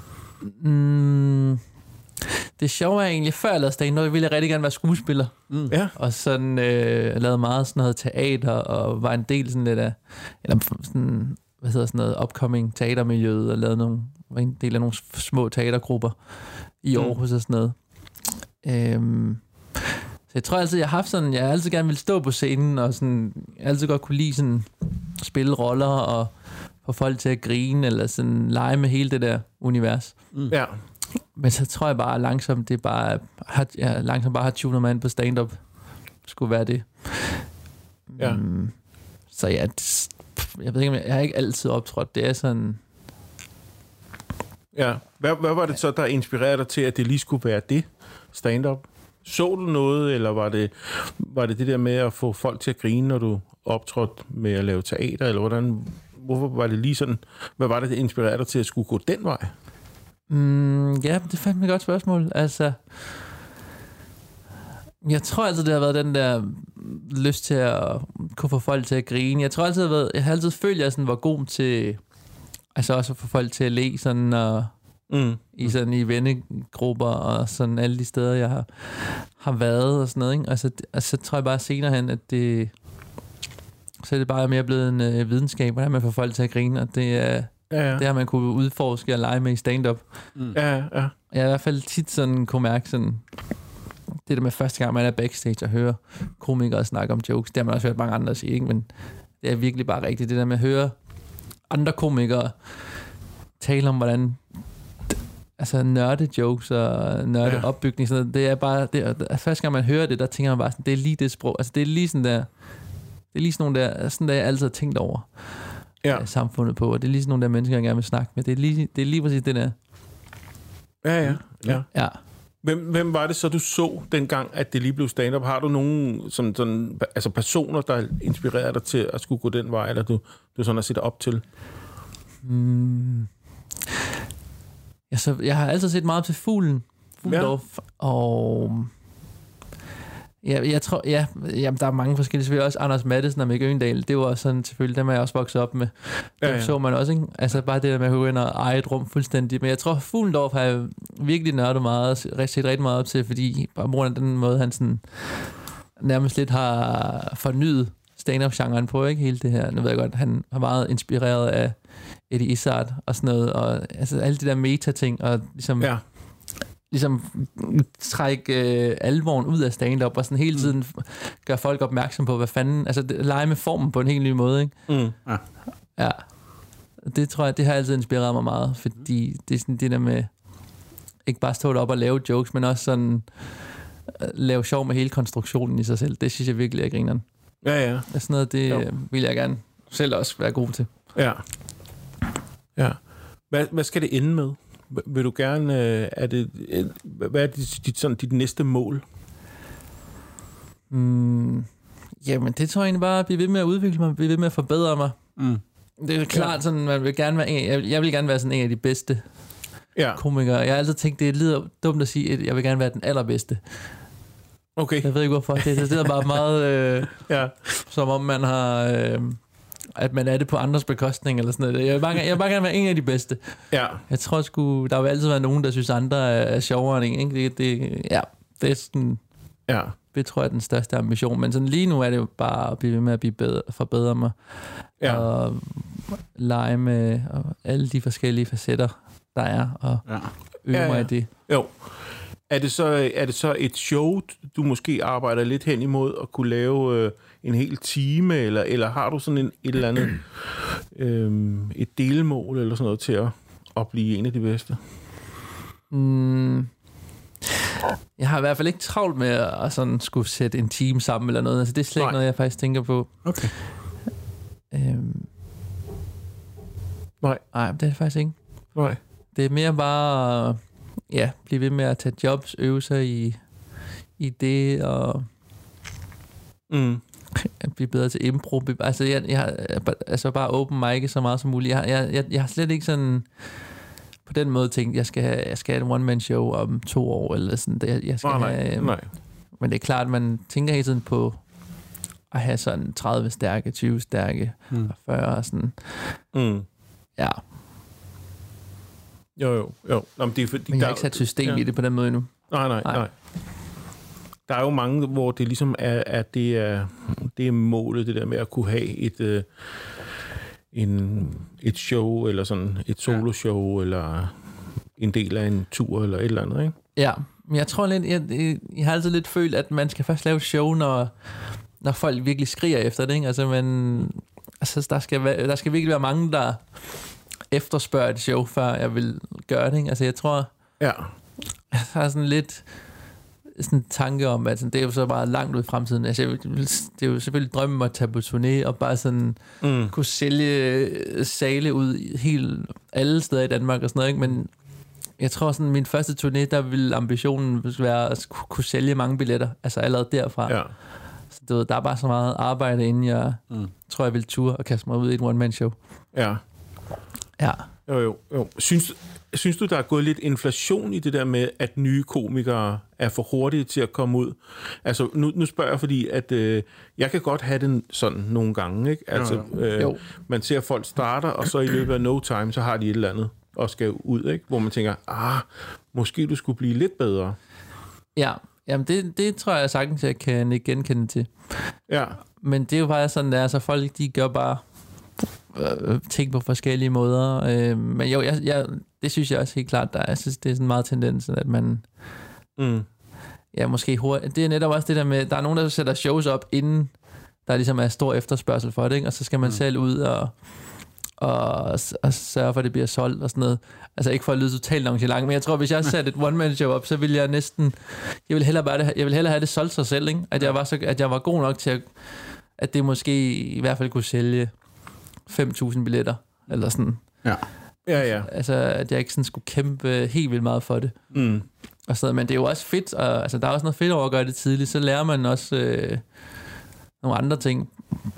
S3: Mm, det sjove er egentlig, før jeg lavede stand-up, ville jeg rigtig gerne være skuespiller.
S1: Mm. Ja.
S3: Og sådan øh, lavede meget sådan noget teater, og var en del sådan lidt af, eller sådan, hvad hedder sådan noget, upcoming teatermiljøet, og lavede nogle, var en del af nogle små teatergrupper i Aarhus mm. og sådan noget. Øhm, så jeg tror altid, jeg har haft sådan, jeg har altid gerne vil stå på scenen, og sådan, jeg altid godt kunne lide sådan, spille roller, og få folk til at grine, eller sådan lege med hele det der univers.
S1: Mm. Ja.
S3: Men så tror jeg bare langsomt, det er bare, har, jeg langsomt bare har tunet mig ind på stand-up. Skulle være det.
S1: Ja.
S3: Um, så ja, det, jeg ved ikke, jeg har ikke altid optrådt. Det er sådan...
S1: Ja. Hvad, hvad var det så, der inspirerede dig til, at det lige skulle være det, stand-up? Så du noget, eller var det, var det det der med at få folk til at grine, når du optrådte med at lave teater, eller hvordan... Hvorfor var det lige sådan... Hvad var det, der inspirerede dig til at skulle gå den vej?
S3: Mm, ja, det fandt mig et godt spørgsmål. Altså... Jeg tror altid, det har været den der lyst til at kunne få folk til at grine. Jeg tror altid, det har været, jeg har altid følt, at jeg sådan var god til, altså også at få folk til at le sådan, og mm. i sådan i vennegrupper og sådan alle de steder, jeg har, har været og sådan noget. Ikke? Altså, altså, så tror jeg bare senere hen, at det, så er det bare mere blevet en øh, videnskab, hvordan man får folk til at grine, og det er, ja, ja. Det har man kunne udforske og lege med i stand-up.
S1: Mm. Ja, ja. Jeg
S3: har i hvert fald tit sådan kunne mærke sådan, det der med første gang, man er backstage og hører komikere snakke om jokes, det har man også hørt mange andre sige, ikke? Men det er virkelig bare rigtigt. Det der med at høre andre komikere tale om, hvordan altså nørde jokes og nørde ja. opbygning, sådan noget, det er bare, det er, første gang man hører det, der tænker man bare sådan, det er lige det sprog, altså det er lige sådan der, det er lige sådan nogle der, sådan der jeg altid har tænkt over ja. samfundet på, og det er lige sådan nogle der mennesker, jeg gerne vil snakke med, det er lige, det er lige præcis det der.
S1: Ja, ja. Ja.
S3: Ja.
S1: Hvem, hvem var det så, du så dengang, at det lige blev stand-up? Har du nogen sådan, sådan, altså personer, der inspirerede dig til at skulle gå den vej, eller du, du sådan har set op til?
S3: Mm. Jeg, så, jeg har altid set meget op til Fuglen. Fuglendorf, ja. Og ja, jeg tror, ja, jamen, der er mange forskellige. Selvfølgelig også Anders Mattesen og Mikke Øgendal. Det var sådan selvfølgelig, dem er jeg også vokset op med. Dem ja, ja. så man også, ikke? Altså bare det der med at gå ind og eje et rum fuldstændig. Men jeg tror, Fuglendorf har jeg virkelig nørdet meget, set rigtig meget op til, fordi bare på den måde, han sådan nærmest lidt har fornyet stand-up-genren på, ikke? Hele det her. Nu ved jeg godt, han har meget inspireret af Eddie Izzard og sådan noget, og altså alle de der meta-ting, og ligesom... Ja. ligesom trække øh, alvoren ud af stand-up, og sådan hele tiden mm. gør folk opmærksom på, hvad fanden, altså det, lege med formen på en helt ny måde, ikke? Mm. Ja. ja. Det tror jeg, det har altid inspireret mig meget, fordi det er sådan det der med, ikke bare stå deroppe og lave jokes, men også sådan uh, lave sjov med hele konstruktionen i sig selv. Det synes jeg virkelig er grineren.
S1: Ja, ja.
S3: Sådan noget, det jo. vil jeg gerne selv også være god til.
S1: Ja. Ja. Hvad, hvad skal det ende med? Vil du gerne, er det, hvad er dit, dit, sådan, dit næste mål?
S3: Mm, jamen, det tror jeg egentlig bare, at blive ved med at udvikle mig, blive ved med at forbedre mig. Mm. Det er klart, ja. sådan, man vil gerne være en, jeg, jeg vil gerne være sådan en af de bedste ja. komikere. Jeg har altid tænkt, det er lidt dumt at sige, at jeg vil gerne være den allerbedste.
S1: Okay.
S3: Jeg ved ikke, hvorfor. Det, det er bare meget... Øh,
S1: ja.
S3: Som om man har... Øh, at man er det på andres bekostning, eller sådan noget. Jeg vil bare, jeg vil bare gerne være en af de bedste.
S1: Ja.
S3: Jeg tror sgu... Der vil altid være nogen, der synes, andre er, er sjovere end en, ikke? Det, det, ja, det er sådan...
S1: Ja.
S3: Det tror jeg er den største ambition. Men sådan lige nu er det jo bare at blive ved med at blive bedre, forbedre mig.
S1: Ja.
S3: Og lege med og alle de forskellige facetter, der er, og ja. øve ja, ja. mig i det.
S1: Jo. Er det, så, er det så et show, du måske arbejder lidt hen imod at kunne lave øh, en hel time, eller, eller har du sådan en, et eller andet øh, et delmål eller sådan noget til at, at blive en af de bedste?
S3: Mm. Jeg har i hvert fald ikke travlt med at sådan skulle sætte en team sammen eller noget. Altså, det er slet ikke noget, jeg faktisk tænker på.
S1: Okay.
S3: Øhm.
S1: Nej.
S3: Nej, det er det faktisk ikke.
S1: Nej.
S3: Det er mere bare ja, blive ved med at tage jobs, øve sig i, i det, og
S1: mm.
S3: at blive bedre til impro. Altså, jeg, jeg, altså bare open mic så meget som muligt. Jeg, jeg, jeg, jeg har slet ikke sådan på den måde tænkt, jeg skal have, jeg skal have et one-man-show om to år, eller sådan. Jeg, jeg skal
S1: oh, nej,
S3: have,
S1: nej.
S3: Men det er klart, man tænker hele tiden på at have sådan tredive stærke, tyve stærke, mm. og fyrre og sådan.
S1: Mm.
S3: Ja.
S1: Jo, jo, jo. Nå, men det er fordi,
S3: men jeg har ikke sat system ja. i det på den måde endnu.
S1: Nej, nej, nej, nej. Der er jo mange, hvor det ligesom er, at det er, det er målet, det der med at kunne have et, øh, en, et show, eller sådan et soloshow, ja. eller en del af en tur, eller et eller andet, ikke?
S3: Ja, men jeg tror lidt, jeg, jeg, jeg har altid lidt følt, at man skal først lave et show, når, når folk virkelig skriger efter det, ikke? Altså, man, altså der, skal, der skal virkelig være mange, der efterspørger et show, før jeg vil gøre det, ikke? Altså, jeg tror,
S1: ja.
S3: jeg har sådan lidt sådan en tanke om, at sådan, det er jo så bare langt ud i fremtiden. Altså, jeg, det er jo selvfølgelig drømmen at tage på turné, og bare sådan mm. kunne sælge sale ud helt alle steder i Danmark og sådan noget, ikke? Men jeg tror sådan, min første turné, der ville ambitionen være at kunne sælge mange billetter, altså allerede derfra.
S1: Ja.
S3: Så du ved, der er bare så meget arbejde, inden jeg mm. tror, jeg vil ture og kaste mig ud i et one-man-show.
S1: Ja.
S3: Ja.
S1: Jo, jo, jo. Synes, synes du, der er gået lidt inflation i det der med, at nye komikere er for hurtige til at komme ud? Altså, nu, nu spørger jeg, fordi at øh, jeg kan godt have den sådan nogle gange, ikke? Altså, øh,
S3: jo.
S1: Man ser, at folk starter, og så i løbet af no time, så har de et eller andet og skal ud, ikke? Hvor man tænker, ah, måske du skulle blive lidt bedre.
S3: Ja, jamen det, det tror jeg sagtens, jeg kan ikke genkende til.
S1: Ja.
S3: Men det er jo bare sådan, der, så folk, de gør bare øh, ting på forskellige måder. Øh, men jo, jeg, jeg, det synes jeg også helt klart, der er. Jeg synes, det er sådan meget tendensen, at man
S1: mm.
S3: ja, måske hurtigt. Det er netop også det der med, der er nogen, der sætter shows op, inden der ligesom er stor efterspørgsel for det, ikke? Og så skal man mm. selv ud og Og, og sørge for, at det bliver solgt og sådan noget. Altså ikke for at lyde totalt nonchalant, men jeg tror, hvis jeg satte et one-man-show op, så ville jeg næsten... Jeg ville hellere, bare det, jeg ville hellere have det solgt sig selv, ikke? At jeg var, så, at jeg var god nok til, at, at det måske i hvert fald kunne sælge fem tusind billetter, eller sådan.
S1: Ja. Ja, ja.
S3: Altså, at jeg ikke sådan skulle kæmpe helt vildt meget for det.
S1: Mm.
S3: Og sådan, men det er jo også fedt, og altså, der er også noget fedt over at gøre det tidligt, så lærer man også øh, nogle andre ting.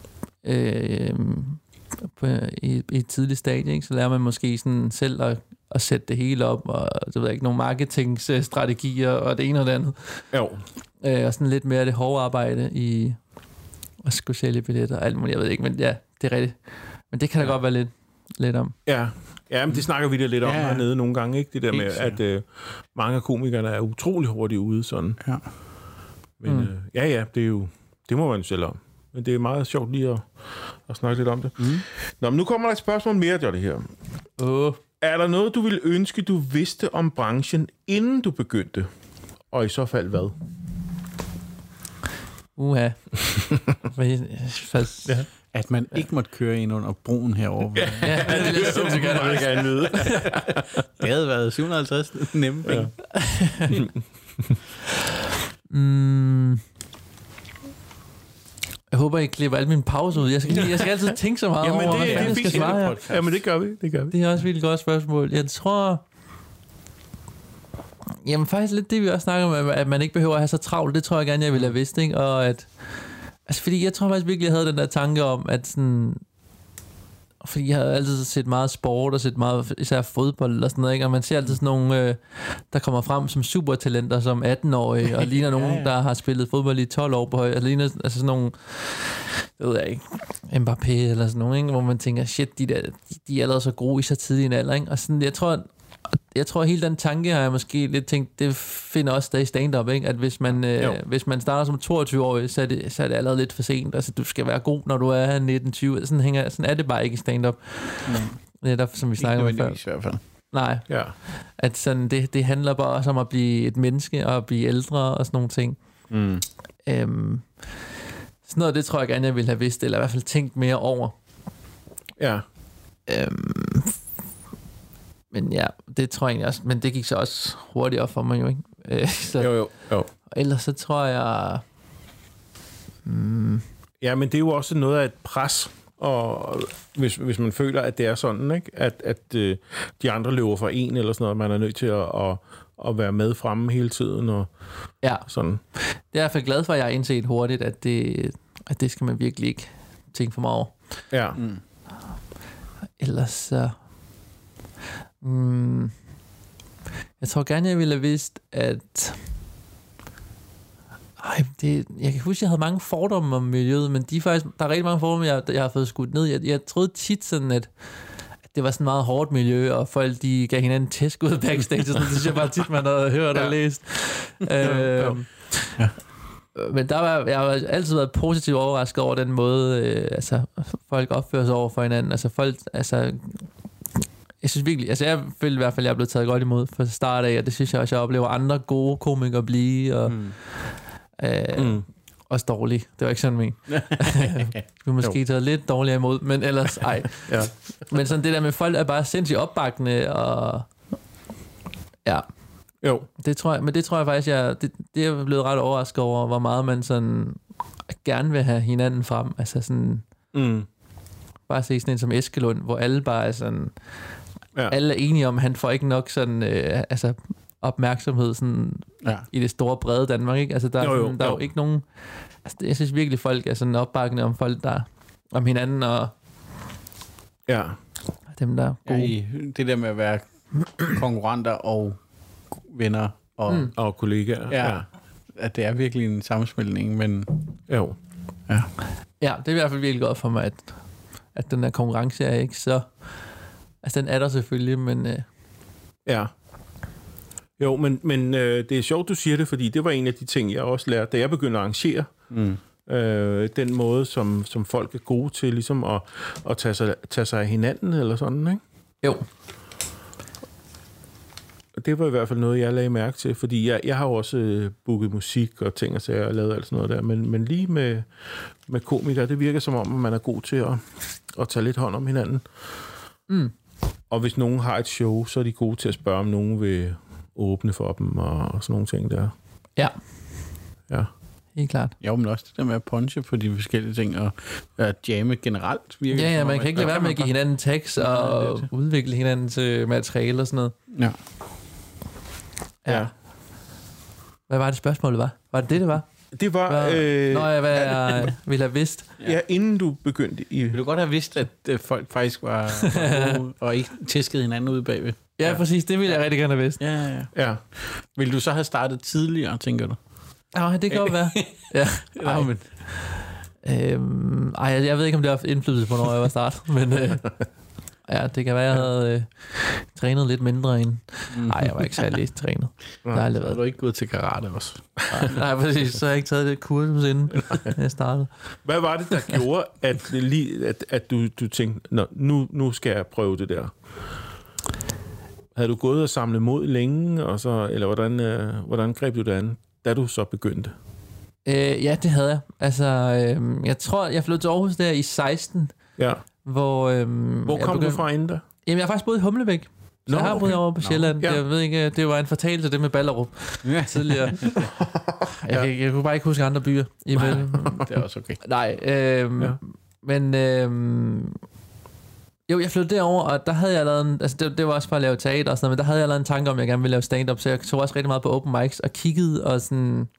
S3: Øh, På, i, i et tidligt stadie, ikke? Så lærer man måske sådan selv at, at sætte det hele op, og det ved jeg ikke, nogle marketingstrategier og det ene og det andet.
S1: Jo.
S3: Øh, og sådan lidt mere det hårde arbejde i at skulle sælge billetter og alt muligt, jeg ved ikke, men ja, det er rigtigt. Men det kan da ja. godt være lidt, lidt om.
S1: Ja. Ja, men det snakker vi da lidt om ja. hernede nogle gange, ikke? Det der med, at øh, mange af komikerne er utrolig hurtigt ude sådan.
S2: Ja.
S1: Men mm. øh, ja, ja, det er jo, det må man jo selv om. Men det er meget sjovt lige at, at snakke lidt om det. Mm. Nå, men nu kommer der et spørgsmål mere, Johnny, her.
S3: Uh.
S1: Er der noget, du ville ønske, du vidste om branchen, inden du begyndte? Og i så fald hvad?
S3: Uha.
S2: ja. At man ikke måtte køre ind under broen herovre.
S3: ja, ja, det er lidt sindssygt godt, at vi gerne vide.
S2: Det havde været syv hundrede og halvtreds nemme penge. Ja.
S3: mm. Jeg håber, I klipper alle mine pauser ud. Jeg skal, jeg skal altid tænke så meget
S1: Jamen,
S3: over,
S1: det,
S3: hvad jeg skal svare her.
S1: Jamen, det gør vi. Det gør vi.
S3: Det er også et vildt godt spørgsmål. Jeg tror... Jamen, faktisk lidt det, vi også snakker om, at man ikke behøver at have så travlt. Det tror jeg gerne, jeg ville have vidst, ikke? Og at... Altså, fordi jeg tror faktisk virkelig, jeg havde den der tanke om, at sådan... fordi jeg har altid set meget sport og set meget, især fodbold og sådan noget, ikke? Og man ser altid sådan nogle, øh, der kommer frem som supertalenter som atten-årige, og ligner nogen, ja, ja. der har spillet fodbold i tolv år på høj, altså ligner altså sådan nogle, det ved jeg ikke, Mbappé eller sådan nogle, ikke? Hvor man tænker, shit, de, der, de, de er allerede så gode i så tidlig en alder, ikke? Og sådan, jeg tror, jeg tror, hele den tanke har jeg måske lidt tænkt, det finder også stadig stand-up, ikke? At hvis man, øh, hvis man starter som toogtyve-årig, så er, det, så er det allerede lidt for sent. Altså, du skal være god, når du er nitten tyve. Sådan, hænger, sådan er det bare ikke i stand-up. Mm. Det er derfor, som vi snakker om før.
S2: I hvert fald.
S3: Nej.
S1: Ja.
S3: At sådan, det, det handler bare også om at blive et menneske, og blive ældre og sådan nogle ting. Mm. Øhm, sådan noget, det tror jeg gerne, jeg ville have vidst, eller i hvert fald tænkt mere over.
S1: Ja.
S3: Øhm, Men ja, det tror jeg egentlig også. Men det gik så også hurtigt op for mig jo, ikke? Øh, så,
S1: jo, jo, jo.
S3: Ellers så tror jeg... Mm,
S1: ja, men det er jo også noget af et pres, og hvis, hvis man føler, at det er sådan, ikke? At, at øh, de andre løber fra en eller sådan noget, man er nødt til at, at, at være med fremme hele tiden. Og
S3: ja,
S1: sådan.
S3: Det er jeg i hvert fald glad for, at jeg har indset hurtigt, at det, at det skal man virkelig ikke tænke for meget over.
S1: Ja.
S3: Mm. Ellers så... Mm, jeg tror gerne, jeg ville have vidst, at... Ej, det, jeg kan huske, jeg havde mange fordomme om miljøet, men de er faktisk, der er rigtig mange fordomme, jeg, jeg har fået skudt ned. Jeg, jeg troede tit sådan, at, at det var sådan et meget hårdt miljø, og folk de gav hinanden tæsk ud backstage, og sådan, det synes jeg bare tit, man havde hørt og læst. øh, ja. Men der var, jeg har altid været positivt overrasket over den måde, øh, altså, folk opfører sig over for hinanden. Altså folk, altså... Jeg synes virkelig, altså jeg føler i hvert fald, at jeg er blevet taget godt imod fra start af, og det synes jeg også, jeg oplever andre gode komikere blive, og mm. Øh, mm. også dårlige. Det var ikke sådan, men vi måske taget lidt dårligere imod, men ellers ej. Ja. Men sådan det der med folk er bare sindssygt opbakkende, og ja.
S1: Jo.
S3: Det tror jeg, men det tror jeg faktisk, jeg, det, det er jeg blevet ret overrasket over, hvor meget man sådan gerne vil have hinanden frem. Altså sådan, mm. bare se sådan en som Eskelund, hvor alle bare er sådan, ja. Alle er enige om, at han får ikke nok sådan, øh, altså opmærksomhed sådan, ja. I det store brede Danmark, ikke? Altså der, jo, jo, sådan, der jo. er jo ikke nogen, altså jeg synes virkelig folk er sådan opbakkende om folk der, om hinanden og
S1: ja.
S3: Dem der er gode.
S2: Ja, det der med at være konkurrenter og venner og,
S1: mm. og kollegaer.
S2: Ja, ja. At det er virkelig en sammensmeltning, men
S1: jo.
S2: Ja.
S3: Ja, det er i hvert fald virkelig godt for mig, at, at den der konkurrence er ikke så, altså den er der selvfølgelig, men øh,
S1: ja. Jo, men, men øh, det er sjovt, du siger det, fordi det var en af de ting, jeg også lærte, da jeg begyndte at arrangere. Mm. Øh, den måde, som, som folk er gode til, ligesom at, at tage, sig, tage sig af hinanden, eller sådan, ikke?
S3: Jo.
S1: Det var i hvert fald noget, jeg lagde mærke til, fordi jeg, jeg har jo også øh, booket musik og ting og sager og lavet alt sådan noget der, men, men lige med, med komikere, det virker som om, at man er god til at, at tage lidt hånd om hinanden. Mm. Og hvis nogen har et show, så er de gode til at spørge, om nogen vil åbne for dem og, og sådan nogle ting der.
S3: Ja.
S1: Ja.
S3: Helt klart.
S2: Jo, men også det der med at punche på de forskellige ting, og at jamme generelt virker.
S3: Ja, ja, man kan ikke lade være med at give hinanden tekst og ja, udvikle hinandens materiale og sådan noget.
S2: Ja.
S3: Ja. Hvad var det spørgsmålet var? Var det det, det var?
S1: Det var...
S3: Hvad, øh, Nå, ja, hvad jeg ville have vidst.
S1: Ja, ja, inden du begyndte i...
S2: Vil du godt have vidst, at øh, folk faktisk var, var gode, og ikke tæskede hinanden ude bagved?
S3: Ja, ja, præcis. Det ville jeg rigtig gerne have vidst.
S2: Ja, ja,
S1: ja.
S2: Vil du så have startet tidligere, tænker du?
S3: Ja, det kan godt være. Ja.
S2: Ej. Men.
S3: Øhm, ej, jeg ved ikke, om det har haft indflydelse på, når jeg var start, men... Øh, ja, det kan være, jeg havde øh, trænet lidt mindre end... Nej, jeg var ikke særlig trænet.
S2: Nej, der har aldrig været. Du ikke gået til karate også.
S3: Nej, nej, præcis. Så har jeg ikke taget det kursus inden jeg startede.
S1: Hvad var det, der gjorde, at, lige, at, at du, du tænkte, Nå, nu, nu skal jeg prøve det der? Havde du gået og samlet mod længe, og så, eller hvordan, øh, hvordan greb du det an, da du så begyndte?
S3: Øh, ja, det havde jeg. Altså, øh, jeg tror, jeg flyttede til Aarhus der i seksten.
S1: Ja.
S3: Hvor, øhm,
S1: hvor kom begyndte... du fra inden da?
S3: Jamen, jeg har faktisk boet i Humlebæk. Så Nå, jeg har boet okay. over på Sjælland. Ja. Jeg ved ikke, det var en fortalelse, det med Ballerup ja. tidligere. jeg, jeg, jeg kunne bare ikke huske andre byer imellem.
S2: Det er også okay.
S3: Nej, øhm, ja. men øhm, jo, jeg flyttede derover, og der havde jeg lavet en, altså det, det var også for at lave teater og sådan noget, men der havde jeg lavet en tanke om, at jeg gerne ville lave stand-up, så jeg tog også rigtig meget på open mics og kiggede og sådan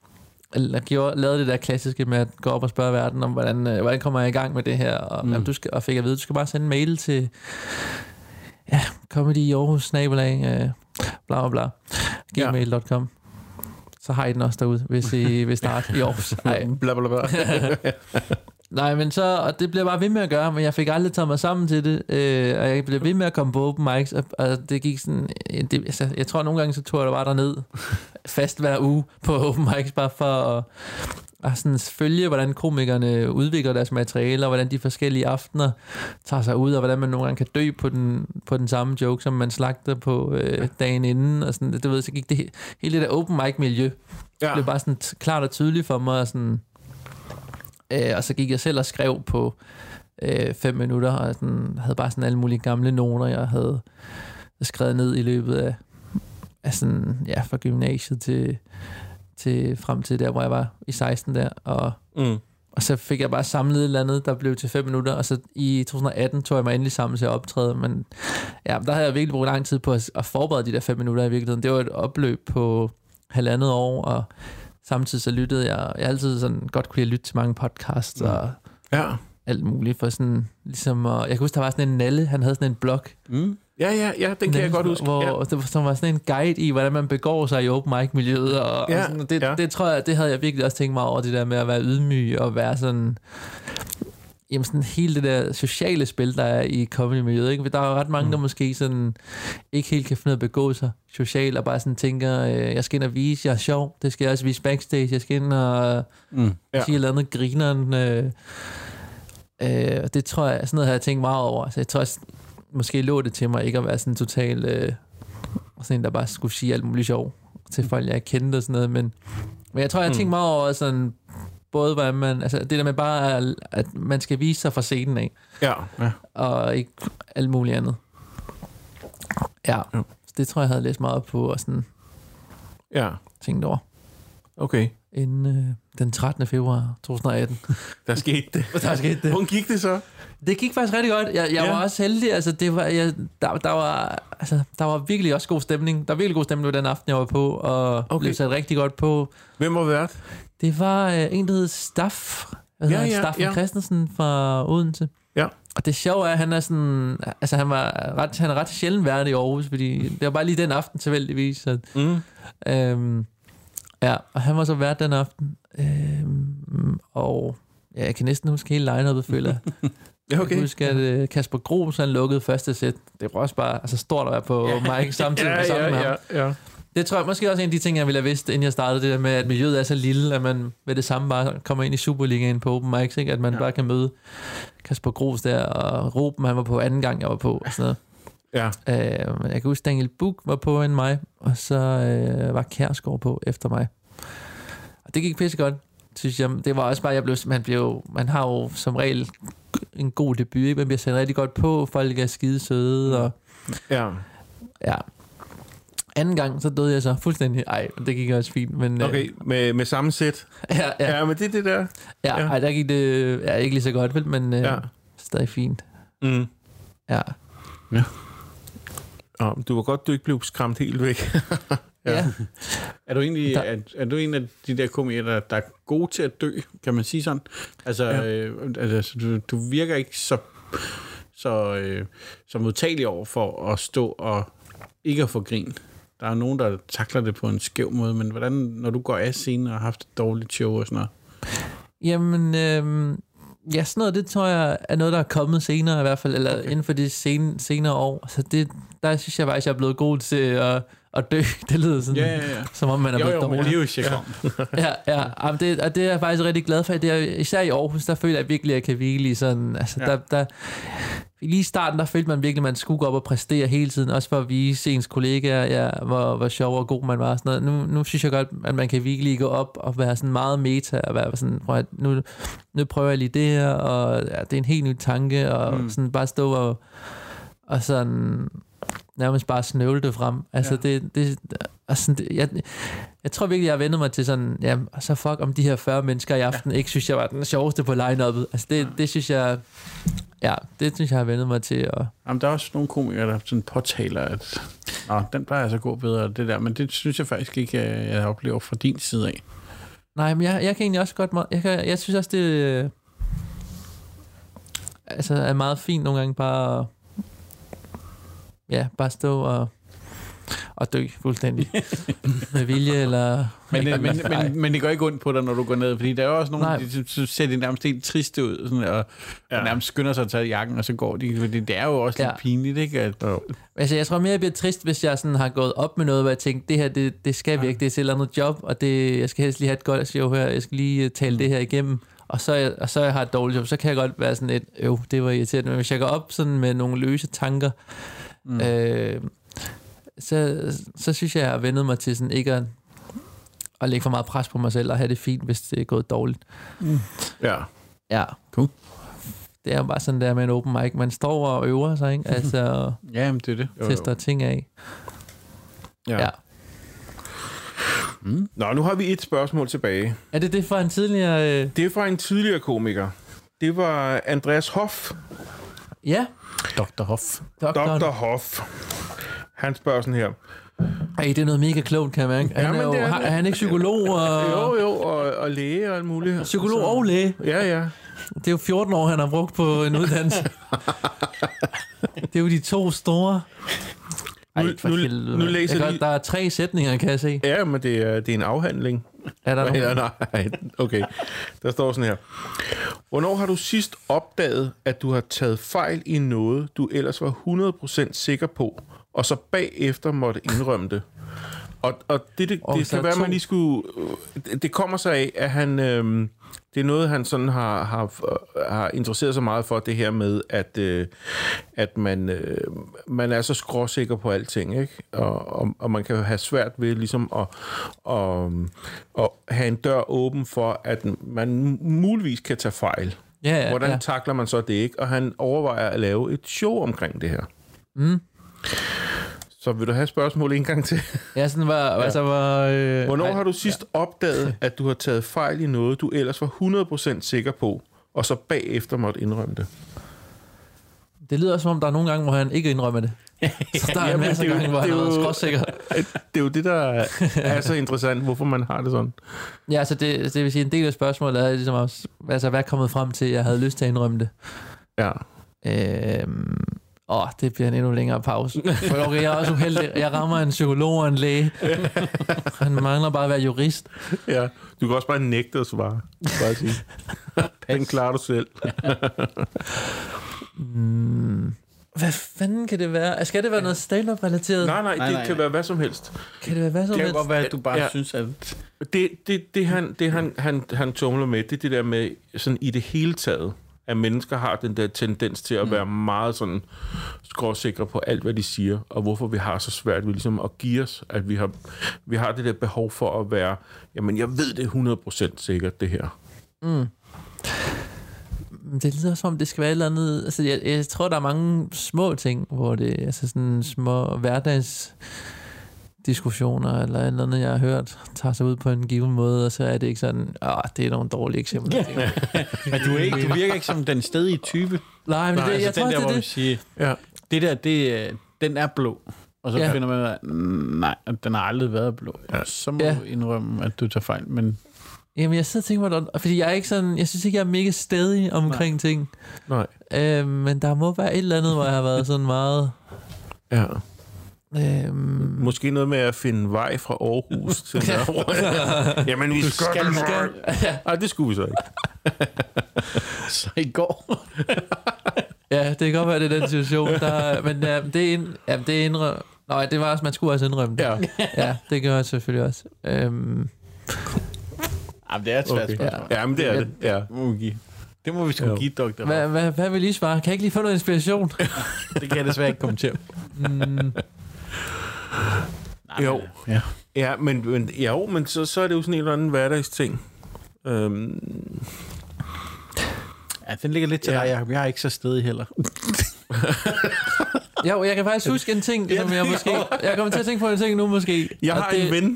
S3: eller gjorde, lavede det der klassiske med at gå op og spørge verden om, hvordan, øh, hvordan kommer jeg i gang med det her, og, mm. jamen, du skal, og fik at vide, du skal bare sende en mail til ja, comedy i Aarhus, snabelag, øh, bla bla bla, gmail punktum com. Så har I den også derude, hvis I vil starte i Aarhus. Ej.
S1: Bla bla bla.
S3: Nej, men så, og det blev bare ved med at gøre, men jeg fik aldrig taget mig sammen til det, øh, og jeg blev ved med at komme på open mics, og, og det gik sådan, det, altså, jeg tror nogle gange, så tog jeg det bare derned, fast hver uge på open mics, bare for at, at sådan følge, hvordan komikerne udvikler deres materiale, og hvordan de forskellige aftener tager sig ud, og hvordan man nogle gange kan dø på den, på den samme joke, som man slagter på øh, dagen inden, og sådan, det, du ved, så gik det hele det der open mic-miljø, ja. Det blev bare sådan klart og tydeligt for mig, og sådan... Øh, og så gik jeg selv og skrev på øh, fem minutter, og sådan, havde bare sådan alle mulige gamle noter, jeg havde skrevet ned i løbet af, af sådan, ja, fra gymnasiet til, til frem til der, hvor jeg var i seksten der, og, mm. og så fik jeg bare samlet et eller andet, der blev til fem minutter, og så i to tusind og atten tog jeg mig endelig sammen til at optræde, men ja, der havde jeg virkelig brugt lang tid på at, at forberede de der fem minutter i virkeligheden. Det var et opløb på halvandet år, og samtidig så lyttede jeg, jeg altid sådan godt kunne jeg lytte til mange podcasts og
S1: ja.
S3: alt muligt for sådan, ligesom, og jeg kan huske, der var sådan en Nalle, han havde sådan en blog.
S1: Mm. Ja, ja, ja, den kan Nalle, jeg godt huske.
S3: Hvor
S1: ja.
S3: der, der var sådan en guide i, hvordan man begår sig i open mic-miljøet, og, ja, og sådan, det, ja. det tror jeg, det havde jeg virkelig også tænkt mig over, det der med at være ydmyg og være sådan... Jamen sådan hele det der sociale spil, der er i comedy-miljøet, ikke? Der er jo ret mange, mm. der måske sådan ikke helt kan finde ud af at begå sig socialt, og bare sådan tænker, øh, jeg skal ind og vise, jeg er sjov, det skal jeg også vise backstage, jeg skal ind og mm. ja. sige et eller andet grineren. Øh, øh, det tror jeg, sådan noget har jeg tænkt meget over. Så jeg tror også, måske lå det til mig ikke at være sådan total, øh, sådan en, der bare skulle sige alt muligt sjov til folk, jeg kendte og sådan noget, men, men jeg tror, jeg har tænkt meget over sådan... Både hvad man, altså det der med bare, at man skal vise sig fra scenen af.
S1: Ja. ja.
S3: Og ikke alt muligt andet. Ja. ja. Så det tror jeg, jeg havde læst meget på og sådan
S1: ja.
S3: tænkt over.
S1: Okay.
S3: Inden øh, den trettende februar to tusind og atten.
S1: Der skete det.
S3: Der skete det.
S1: Hvordan gik det så?
S3: Det gik faktisk rigtig godt. Jeg, jeg ja. var også heldig. Altså, det var, jeg, der, der, var, altså, der var virkelig også god stemning. Der var virkelig god stemning ved den aften, jeg var på. Og okay. blev sat rigtig godt på.
S1: Hvem var vært?
S3: Det var øh, en, der hed Staff. Ja, ja, Staffen ja. Christensen fra Odense.
S1: Ja.
S3: Og det sjove er, at han er sådan... Altså, han, var ret, han er ret sjældent vært i Aarhus, fordi det var bare lige den aften tilfældigvis. Så, mm. øhm, ja, og han var så vært den aften. Øhm, og ja, jeg kan næsten huske hele line-up'et, føler jeg.
S1: Ja, okay.
S3: Jeg husker, at uh, Kasper Gros, han lukkede første sæt. Det var også bare altså, stort at være på mic samtidig
S1: ja,
S3: med sammen
S1: ja,
S3: med ham.
S1: Ja, ja.
S3: Det tror jeg måske også er en af de ting, jeg ville have vidst, inden jeg startede, det der med, at miljøet er så lille, at man med det samme bare kommer ind i Superligaen på open mics, ikke? At man ja. bare kan møde Kasper Gros der, og Ruben, han var på anden gang, jeg var på, og sådan noget. Ja. Uh, jeg kan huske, Daniel Buk var på end mig, og så uh, var Kjærsgaard på efter mig. Og det gik pisse godt, synes jeg. Det var også bare, jeg blev, man, blev, man har jo som regel en god debut, ikke? Man bliver sat rigtig godt på, folk er skide søde, og
S1: ja.
S3: Ja. Anden gang, så døde jeg så fuldstændig. Ej, det gik også fint. Men,
S1: okay, øh, med, med samme sæt?
S3: Ja, ja.
S1: Ja, men det er det der.
S3: Ja, ja. Ej, der gik det ja, ikke lige så godt, vel, men øh, ja. stadig fint.
S1: Mm.
S3: Ja.
S1: Ja. Oh, du var godt, du ikke blev skræmt helt væk.
S2: ja. ja. Er du egentlig er, er du en af de der komikere, der, der er gode til at dø, kan man sige sådan? Altså, ja. øh, altså du, du virker ikke så, så, øh, så modtagelig over for at stå og ikke at få grin. Der er nogen, der takler det på en skæv måde, men hvordan, når du går af scenen og har haft et dårligt show og sådan noget?
S3: Jamen, øh, ja, sådan noget, det tror jeg er noget, der er kommet senere i hvert fald, eller okay. inden for de sen, senere år. Så det, der synes jeg faktisk, jeg er blevet god til at, at dø. Det lyder sådan,
S2: ja, ja, ja.
S3: som om man er blevet dårlig.
S2: Jo, jo, men det er jo
S3: ja, ja, ja. Det, og det er jeg faktisk rigtig glad for. Det er, især i Aarhus, der føler jeg virkelig, at jeg kan hvile i sådan, altså ja. der, der lige i starten, der følte man virkelig, at man skulle gå op og præstere hele tiden, også for at vise ens kollegaer, ja, hvor, hvor sjov og god man var. Sådan noget. Nu, nu synes jeg godt, at man kan virkelig gå op og være sådan meget meta, og være sådan, prøv at, nu, nu prøver jeg lige det her, og ja, det er en helt ny tanke, og mm. sådan bare stå og, og sådan nærmest bare snøvle det frem. Altså ja. det, det, altså det jeg, jeg tror virkelig, jeg har vendt mig til sådan, ja, så fuck om de her fyrre mennesker i aften, ja. ikke synes jeg var den sjoveste på line-uppet. Altså det, ja. det synes jeg, ja, det synes jeg har vendt mig til. Og
S2: jamen, der er også nogle komikere, der sådan påtaler, at nå, den plejer altså at gå bedre, det der, men det synes jeg faktisk ikke, jeg oplever fra din side af.
S3: Nej, men jeg, jeg kan egentlig også godt... Jeg, kan, jeg synes også, det øh, altså, er meget fint nogle gange bare at, ja, bare stå og, og dø fuldstændig. Med vilje eller...
S2: Men, men, men, men, men det går ikke ondt på dig, når du går ned, fordi der er jo også nogle, de, de ser det nærmest helt triste ud, sådan, og, ja. og nærmest skynder sig at tage jakken, og så går de. Fordi det er jo også ja. lidt pinligt, ikke? At, oh.
S3: Altså, jeg tror mere, jeg bliver trist, hvis jeg sådan har gået op med noget, hvor jeg tænker, det her, det, det skal virke, det er et eller andet job, og det, jeg skal helst lige have et godt show her, jeg skal lige tale det her igennem, og så, jeg, og så jeg har et dårligt job, så kan jeg godt være sådan et, øv, det var irriterende, men hvis jeg går op sådan med nogle løse tanker, mm. øh, så, så synes jeg, jeg har vendet mig til sådan ikke at, at lægge for meget pres på mig selv og have det fint, hvis det er gået dårligt.
S1: Mm. Ja.
S3: Ja.
S2: Cool.
S3: Det er jo bare sådan der med en open mic. Man står og øver sig, ikke? Altså,
S2: ja, det er det.
S3: Tester ting af.
S1: Ja. ja. Mm. Nå, nu har vi et spørgsmål tilbage.
S3: Er det det fra en tidligere... Øh...
S1: Det er fra en tidligere komiker. Det var Andreas Hoff.
S3: Ja.
S2: doktor Hoff.
S1: doktor Hoff. Han spørger sådan her.
S3: Ej, det er noget mega klogt, kan man ikke? Han er, jo, er, er han ikke psykolog? Og...
S1: Jo, jo, og, og læge og alt muligt.
S3: Psykolog så... og læge?
S1: Ja, ja.
S3: Det er jo fjorten år, han har brugt på en uddannelse. Det er jo de to store... Ej, nu, nu, nu læser jeg lige... Der er tre sætninger, kan jeg se.
S1: Ja, men det er, det er en afhandling.
S3: Er der nogen?
S1: Ja, nej, okay. Der står sådan her. Hvornår har du sidst opdaget, at du har taget fejl i noget, du ellers var hundrede procent sikker på, og så bagefter måtte indrømme det? Og, og det, det, det kan være, at man lige skulle... Det kommer sig af, at han... Øhm, det er noget, han sådan har, har, har interesseret sig meget for, det her med, at, øh, at man, øh, man er så skråsikker på alting, ikke? Og, og, og man kan jo have svært ved ligesom at, at, at have en dør åben for, at man muligvis kan tage fejl.
S3: Ja, ja,
S1: Hvordan
S3: ja.
S1: takler man så det, ikke? Og han overvejer at lave et show omkring det her.
S3: Mm.
S1: Så vil du have spørgsmål en gang til?
S3: Ja, sådan var... Ja. Altså, var øh,
S1: Hvornår ej, har du sidst ja. opdaget, at du har taget fejl i noget, du ellers var hundrede procent sikker på, og så bagefter måtte indrømme det?
S3: Det lyder som om, der er nogle gange, hvor han ikke indrømmer det. Så der er ja, en masse gange, hvor han har været skråsikker.
S1: Det er jo det, der er så interessant, hvorfor man har det sådan.
S3: Ja, altså det, det vil sige, en del af spørgsmålet er ligesom også, altså hvad er kommet frem til, at jeg havde lyst til at indrømme det?
S1: Ja.
S3: Øhm... Åh, oh, det bliver en endnu længere pause. For okay, jeg er også uheldig. Jeg rammer en psykolog og en læge. Han mangler bare at være jurist.
S1: Ja, du kan også bare nægte at svare. Bare sige. Den klarer du selv.
S3: mm, hvad fanden kan det være? Skal det være noget stand-up-relateret?
S1: Nej, nej,
S2: nej,
S1: det
S2: nej.
S1: kan være hvad som helst.
S3: Kan det være hvad som helst?
S2: Det kan godt være, at du bare ja. synes, at...
S1: Det, det, det, han, det han, han, han tumler med, det er det der med sådan i det hele taget, at mennesker har den der tendens til at være meget sådan skråsikre på alt, hvad de siger, og hvorfor vi har så svært ved ligesom at give os, at vi har, vi har det der behov for at være, jamen jeg ved det hundrede procent sikkert, det her.
S3: Mm. Det lyder som, det skal være et eller andet, altså jeg, jeg tror, der er mange små ting, hvor det altså sådan små hverdags diskussioner eller et eller andet, jeg har hørt, tager sig ud på en given måde, og så er det ikke sådan, ah, det er nogle dårlige eksempler.
S2: Men du, er ikke, du virker ikke som den stedige type.
S3: Nej, men
S2: Nej,
S3: det,
S2: altså
S3: jeg
S2: den
S3: tror,
S2: der,
S3: det er
S2: hvor
S3: det.
S2: Siger, ja. Det der, det, den er blå. Og så ja. finder man ud af, nej, den har aldrig været blå. Ja. Så må ja. du indrømme, at du tager fejl. Men...
S3: Jamen, jeg sidder og tænker mig, fordi jeg er ikke sådan, jeg synes ikke, jeg er mega stædig omkring nej. ting.
S1: Nej.
S3: Øh, men der må være et eller andet, hvor jeg har været sådan meget...
S1: Ja.
S3: Øhm...
S1: Måske noget med at finde vej fra Aarhus til Nørrebro. Jamen, vi skal... skal, skal. Ej, det skulle vi så ikke.
S2: Så i går.
S3: Ja, det kan godt være, det er den situation. Der, men ja, det er en, ja, det er indrøm... Nej, det var også, man skulle også indrømme det.
S1: Ja,
S3: ja det gør jeg selvfølgelig også. Øhm...
S2: Jamen, det er et svært
S1: okay.
S2: spørgsmål.
S1: Ja, men det er det. Ja.
S2: Okay. Det må vi sgu give, doktor.
S3: Hvad, hvad, hvad vil I svare? Kan jeg ikke lige få noget inspiration?
S2: Det kan jeg desværre ikke kommentere. Mm.
S1: Jo. Ja, ja men, men, jo, men så, så er det jo sådan en eller anden hverdagsting. Øhm.
S2: Ja, den ligger lidt til ja. dig. Jeg, jeg er ikke så stedig heller.
S3: Jo, jeg kan faktisk huske en ting, som jeg måske... Jeg kommer til at tænke på en ting nu, måske.
S1: Jeg har det, en ven.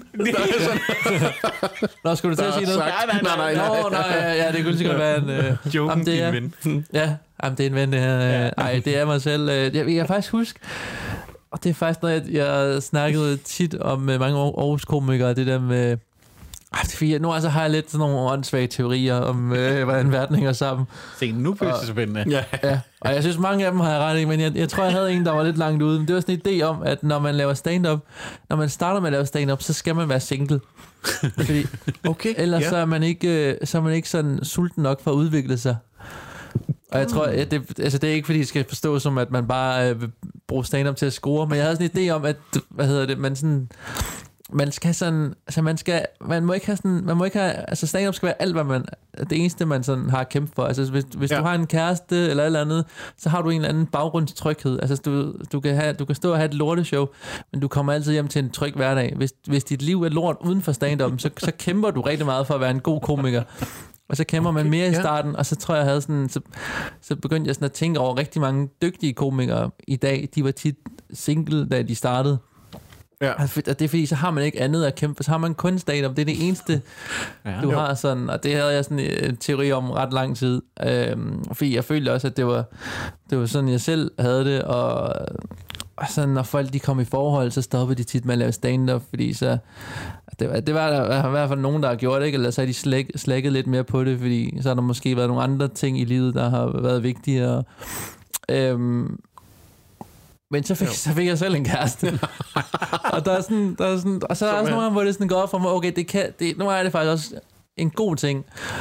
S3: Nå, skulle du til at sige noget?
S1: Nej, nej, nej.
S3: nej. Nå, nej, ja, det kunne sikkert være en... Uh,
S1: Joken,
S3: det er,
S1: din ven.
S3: Ja, jamen, det er en ven, det her. Ja. Ej, det er mig selv. Jeg, jeg kan faktisk huske... Og det er faktisk noget, jeg, jeg snakkede tit om med mange Aarhus-komikere, det der med... Fordi nu altså har jeg lidt sådan nogle åndssvage teorier om, øh, hvordan verden hænger sammen.
S2: Se, nu bliver det så spændende.
S3: Ja. ja. Og jeg synes, mange af dem har jeg ret i, men jeg, jeg tror, jeg havde en, der var lidt langt ude. Men det var sådan en idé om, at når man laver stand-up, når man starter med at lave stand-up, så skal man være single. Fordi
S1: okay,
S3: ellers
S1: ja.
S3: så, er man ikke, så er man ikke sådan sulten nok for at udvikle sig. Og jeg tror, at det, altså det er ikke fordi, det skal forstås som, at man bare øh, vil bruge stand-up til at score, men jeg havde sådan en idé om, at, hvad hedder det, man sådan... Man skal sådan, altså man skal, man må ikke have sådan, man må ikke have, altså stand-up skal være alt, hvad man, det eneste, man sådan har kæmpet for. Altså hvis, hvis ja. du har en kæreste eller et eller andet, så har du en eller anden baggrundstryghed. Altså du, du kan have, du kan stå og have et lorteshow, men du kommer altid hjem til en tryg hverdag. Hvis, hvis dit liv er lort uden for stand-up, så, så kæmper du rigtig meget for at være en god komiker. Og så kæmper okay, man mere i starten, ja. Og så tror jeg, jeg havde sådan, så, så begyndte jeg sådan at tænke over rigtig mange dygtige komikere i dag. De var tit single, da de startede. Ja. Og det er fordi, så har man ikke andet at kæmpe, så har man kun stand-up. Det er det eneste, ja, du jo. har sådan, og det havde jeg sådan en teori om ret lang tid. Øhm, fordi jeg følte også, at det var, det var sådan, jeg selv havde det, og, og sådan, når folk de kom i forhold, så stoppede de tit med at lave stand-up, fordi så, det var, det var der i hvert fald nogen, der har gjort det, ikke? Eller så har de slæk, slækket lidt mere på det, fordi så har der måske været nogle andre ting i livet, der har været vigtigere. Øhm, Men så fik, så fik jeg selv en kæreste. og der er sådan, der er sådan, og så er der også nogle gange, hvor det sådan går op for mig, okay, det kan, det, nu er det faktisk også en god ting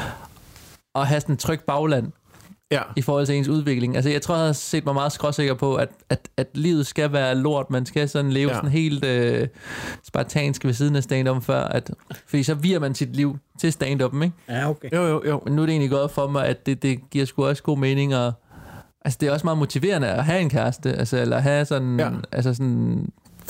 S3: at have sådan en tryg bagland ja. i forhold til ens udvikling. Altså jeg tror, jeg har set mig meget skråsikker på, at, at, at livet skal være lort. Man skal sådan leve ja. sådan helt øh, spartansk ved siden af stand-up før, at, fordi så virer man sit liv til stand-up'en, ikke?
S2: Ja, okay.
S1: Jo, jo, jo.
S3: Men nu er det egentlig gået for mig, at det, det giver sgu også god mening at altså, det er også meget motiverende at have en kæreste, altså, eller have sådan, ja. altså sådan,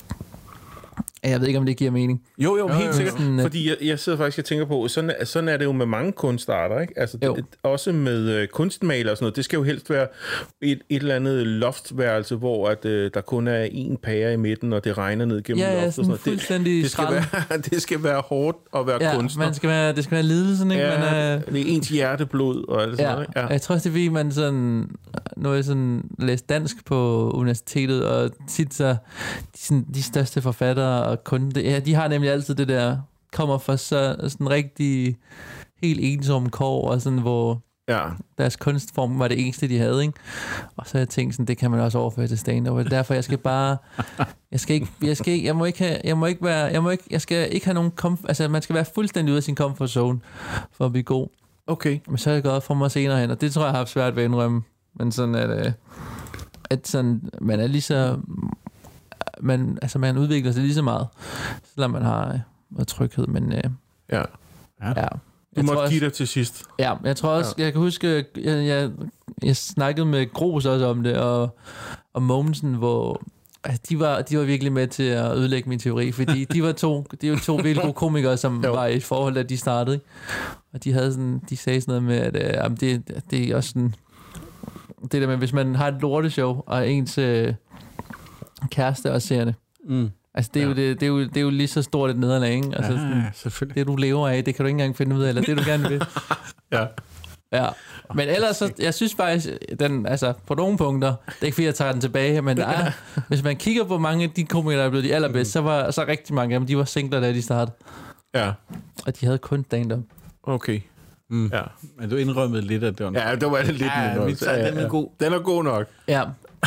S3: jeg ved ikke, om det giver mening.
S1: Jo, jo, helt sikkert, sådan, fordi jeg, jeg sidder faktisk og tænker på, sådan, sådan er det jo med mange kunstarter, ikke? Altså, det, også med uh, kunstmaler og sådan noget, det skal jo helst være et, et eller andet loftværelse, hvor at, uh, der kun er en pære i midten, og det regner ned gennem
S3: ja,
S1: loftet.
S3: Sådan
S1: og sådan noget.
S3: Det, det, skal
S1: være, det skal være hårdt at være
S3: ja,
S1: kunstner.
S3: Man skal være, det skal være lidelsen, ikke?
S1: Ja,
S3: man, uh,
S1: det er ens hjerteblod og alt
S3: ja,
S1: sådan noget. Ja,
S3: jeg tror også, det er fordi, man sådan, nu er jeg sådan læst dansk på universitetet, og tit så, de, sådan, de største forfattere og kun ja, de har nemlig altid det der, kommer fra så, sådan rigtig helt ensomme kår, og sådan, hvor ja. deres kunstform var det eneste, de havde, ikke? Og så har jeg tænkt sådan, det kan man også overføre til stand-up, og derfor jeg skal bare, jeg skal ikke, jeg skal ikke, jeg må ikke have, jeg må ikke være, jeg må ikke, jeg skal ikke have nogen komfort, altså man skal være fuldstændig ude af sin comfort zone, for at blive god.
S1: Okay.
S3: Men så er det gået for mig senere hen, og det tror jeg, jeg har haft svært ved at indrømme, men sådan, at, at sådan, man er lige så man, altså man udvikler sig lige så meget, selvom man har øh, tryghed, men øh,
S1: ja.
S3: ja.
S1: Du måtte også, give dig til sidst.
S3: Ja, jeg tror også, ja. jeg kan huske, jeg, jeg, jeg snakkede med Gros også om det, og, og Mogensen, hvor altså, de, var, de var virkelig med til at ødelægge min teori, fordi de var to, de var to virkelig gode komikere, som var i et forhold, da de startede, ikke? Og de, havde sådan, de sagde sådan noget med, at øh, det, det er også sådan, det der med, hvis man har et lorteshow, og ens øh, kæreste også ser det. Mm. Altså, det er, ja. jo, det, det, er jo, det er jo lige så stort et nederlag, ikke? Altså, ja, sådan, selvfølgelig. Det, du lever af, det kan du ikke engang finde ud af, eller det, du gerne vil.
S1: ja.
S3: Ja. Men ellers, så, jeg synes faktisk, den, altså, på nogle punkter, det er ikke fordi, jeg tager den tilbage, men der er, hvis man kigger på mange af de komikere, der er blevet de allerbedste, så var så rigtig mange af dem, de var singler, da de startede.
S1: Ja.
S3: Og de havde kun stand-up.
S1: Okay.
S2: Mm. Ja. Men du indrømmede lidt, at det var
S1: ja, det var det lidt.
S2: Ja,
S1: noget.
S2: Ja, ja, den er god.
S1: Den er god nok.
S3: Ja.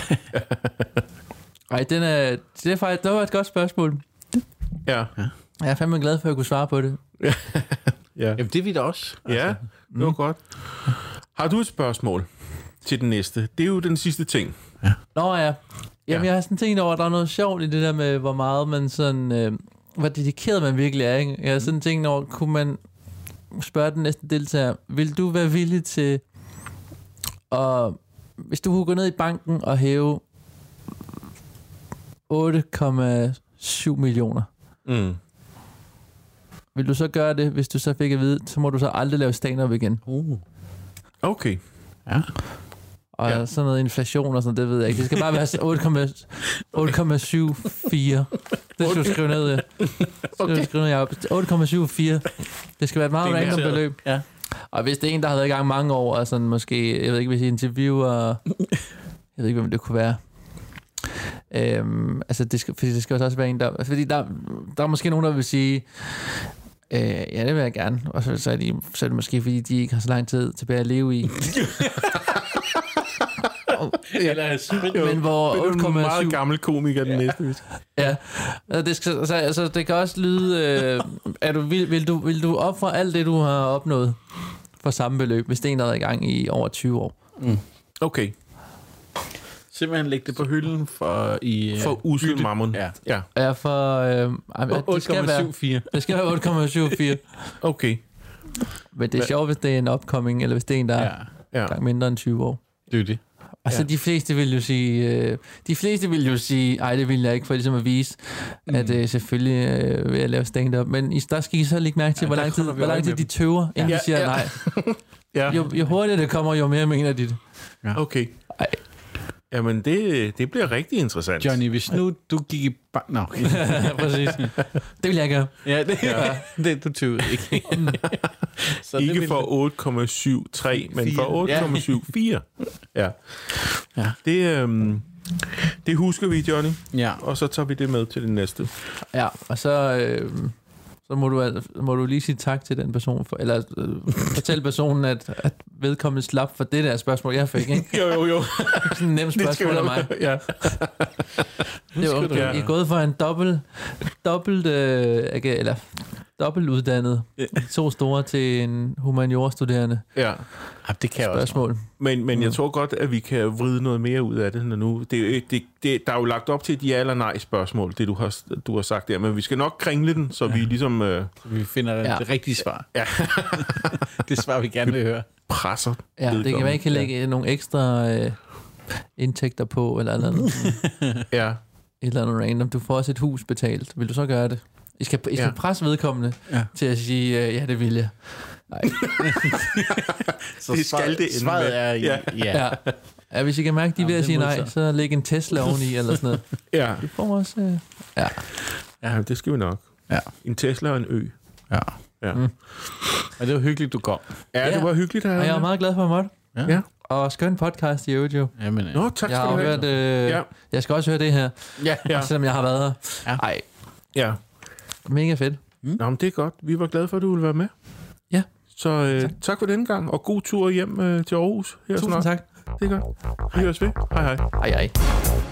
S3: Ej, den er, det er faktisk, det var et godt spørgsmål.
S1: Ja.
S3: Jeg er fandme glad for, at jeg kunne svare på det.
S1: ja.
S2: Jamen, det er vi da også.
S1: Altså. Ja, det var mm. godt. Har du et spørgsmål til den næste? Det er jo den sidste ting.
S3: Ja. Nå ja. Jamen, ja. Jeg har sådan tænkt over, at der er noget sjovt i det der med, hvor meget man sådan, øh, hvor dedikeret man virkelig er, ikke? Jeg har sådan tænkt over, kunne man spørge den næste deltager, vil du være villig til at, hvis du kunne gå ned i banken og hæve otte komma syv millioner, mm. vil du så gøre det, hvis du så fik at vide, så må du så aldrig lave stand-up igen?
S1: Uh. Okay.
S3: Ja. Og ja. Sådan noget inflation og sådan, det ved jeg ikke. Det skal bare være otte komma syv fire. Det skal du skrive ned. Okay. Du skrive ned otte komma syv fire. Det skal være et meget random beløb. Ja. Og hvis det er en, der har været i gang mange år, og sådan måske, jeg ved ikke, hvis I interviewer, jeg ved ikke, hvem det kunne være. Øhm, altså, det skal, fordi det skal også være en, der, fordi der, der er måske nogen, der vil sige, Øh, ja, det vil jeg gerne. Og så, så, er de, så er det måske, fordi de ikke har så lang tid tilbage at leve i.
S2: Eller
S3: men hvor
S1: det er en
S3: otte komma syv
S1: meget gammel komiker, den ja. næste.
S3: Ja, det, skal, så, altså, det kan også lyde... Øh, er du, vil, vil, du, vil du ofre alt det, du har opnået for samme beløb, hvis det er en, der har været i gang i over tyve år?
S1: Mm. Okay.
S2: Simpelthen lægge det på hylden for i...
S1: For usel mammon.
S2: Ja.
S1: Ja.
S3: Ja, for... Øh,
S2: otte komma syv fire.
S3: Det skal være otte komma syv fire.
S1: Okay.
S3: Men det er sjovt, hvis det er en upcoming, eller hvis det er en, der
S2: Ja.
S3: er
S1: Ja.
S3: mindre end tyve år.
S2: Det er det.
S3: Altså, ja. de fleste vil jo sige... Øh, de fleste vil jo sige, ej, det vil jeg ikke, for ligesom at vise, mm. at øh, selvfølgelig øh, vil jeg lave stand-up. Men i, der skal I så lægge mærke til, ja, hvor lang tid, hvor lang tid de tøver, inden ja. de siger ja. nej.
S1: Ja.
S3: Jo, jo hurtigere det kommer, jo mere mener de det.
S1: Ja. Okay. Ej. Jamen, det, det bliver rigtig interessant.
S2: Johnny, hvis nu du gik i... Ba- Nå, okay.
S3: Præcis. Det vil jeg gøre.
S2: Ja, det, ja. det du tøvede ikke.
S1: Så ikke det for otte komma syv tre, men for otte komma syv fire. Ja. Ja. Det, øhm, det husker vi, Johnny.
S2: Ja.
S1: Og så tager vi det med til det næste.
S3: Ja, og så... Øh, så må du, må du lige sige tak til den person, for, eller øh, fortælle personen, at, at vedkommende slap for det der spørgsmål, jeg fik, ikke?
S1: Jo, jo, jo.
S3: Sådan en nem spørgsmål af mig.
S1: Ja.
S3: Det var okay. I er gået for en dobbelt, dobbelt, øh, eller dobbeltuddannet, to store til en humaniora-studerende.
S1: Ja.
S2: Ja, det kan
S3: spørgsmål.
S1: Også. Men, men jeg tror godt, at vi kan vride noget mere ud af det, når nu. Det, det, det, der er jo lagt op til et ja eller nej spørgsmål, det du har, du har sagt der, men vi skal nok kringle den, så ja. vi ligesom... Øh,
S2: vi finder ja. det rigtige svar.
S1: Ja.
S2: Det svar, vi gerne vil høre.
S1: Presser.
S3: Ja, det kan være, ikke kan lægge ja. nogle ekstra øh, indtægter på, eller eller andet.
S1: Ja.
S3: Et eller andet random. Du får også et hus betalt. Vil du så gøre det? I skal, I skal ja. presse vedkommende ja. til at sige, uh, ja, det vil jeg. Nej.
S1: Så det skal det
S2: svaret er ja.
S3: Ja. ja. Ja, hvis I kan mærke, de vil sige nej, så læg en Tesla oveni, eller sådan noget.
S1: Ja.
S3: Det får også... Uh, ja.
S1: Ja, det skal vi nok.
S2: Ja.
S1: En Tesla og en ø.
S2: Ja.
S1: Ja.
S2: Mm. Ja, det var hyggeligt, du kom.
S1: Ja, ja. det var hyggeligt her.
S3: Og jeg er meget glad for, at jeg måtte.
S1: Ja. ja.
S3: Og skøn podcast i øvrigt jo.
S2: Jamen, ja.
S1: Nå, tak skal
S3: jeg
S1: du have.
S3: Hørt, øh, ja. Jeg skal også høre det her.
S2: Ja.
S3: ja. Selvom jeg har været her.
S2: Ja.
S3: Ej.
S1: Ja.
S3: Mega fedt.
S1: Mm. Nå, men det er godt. Vi var glade for, at du ville være med.
S3: Ja.
S1: Så øh, tak. tak for denne gang, og god tur hjem øh, til Aarhus. Her
S3: Tusind
S1: snart.
S3: tak.
S1: Det er godt. Vi høres ved. Hej hej.
S3: Hej hej.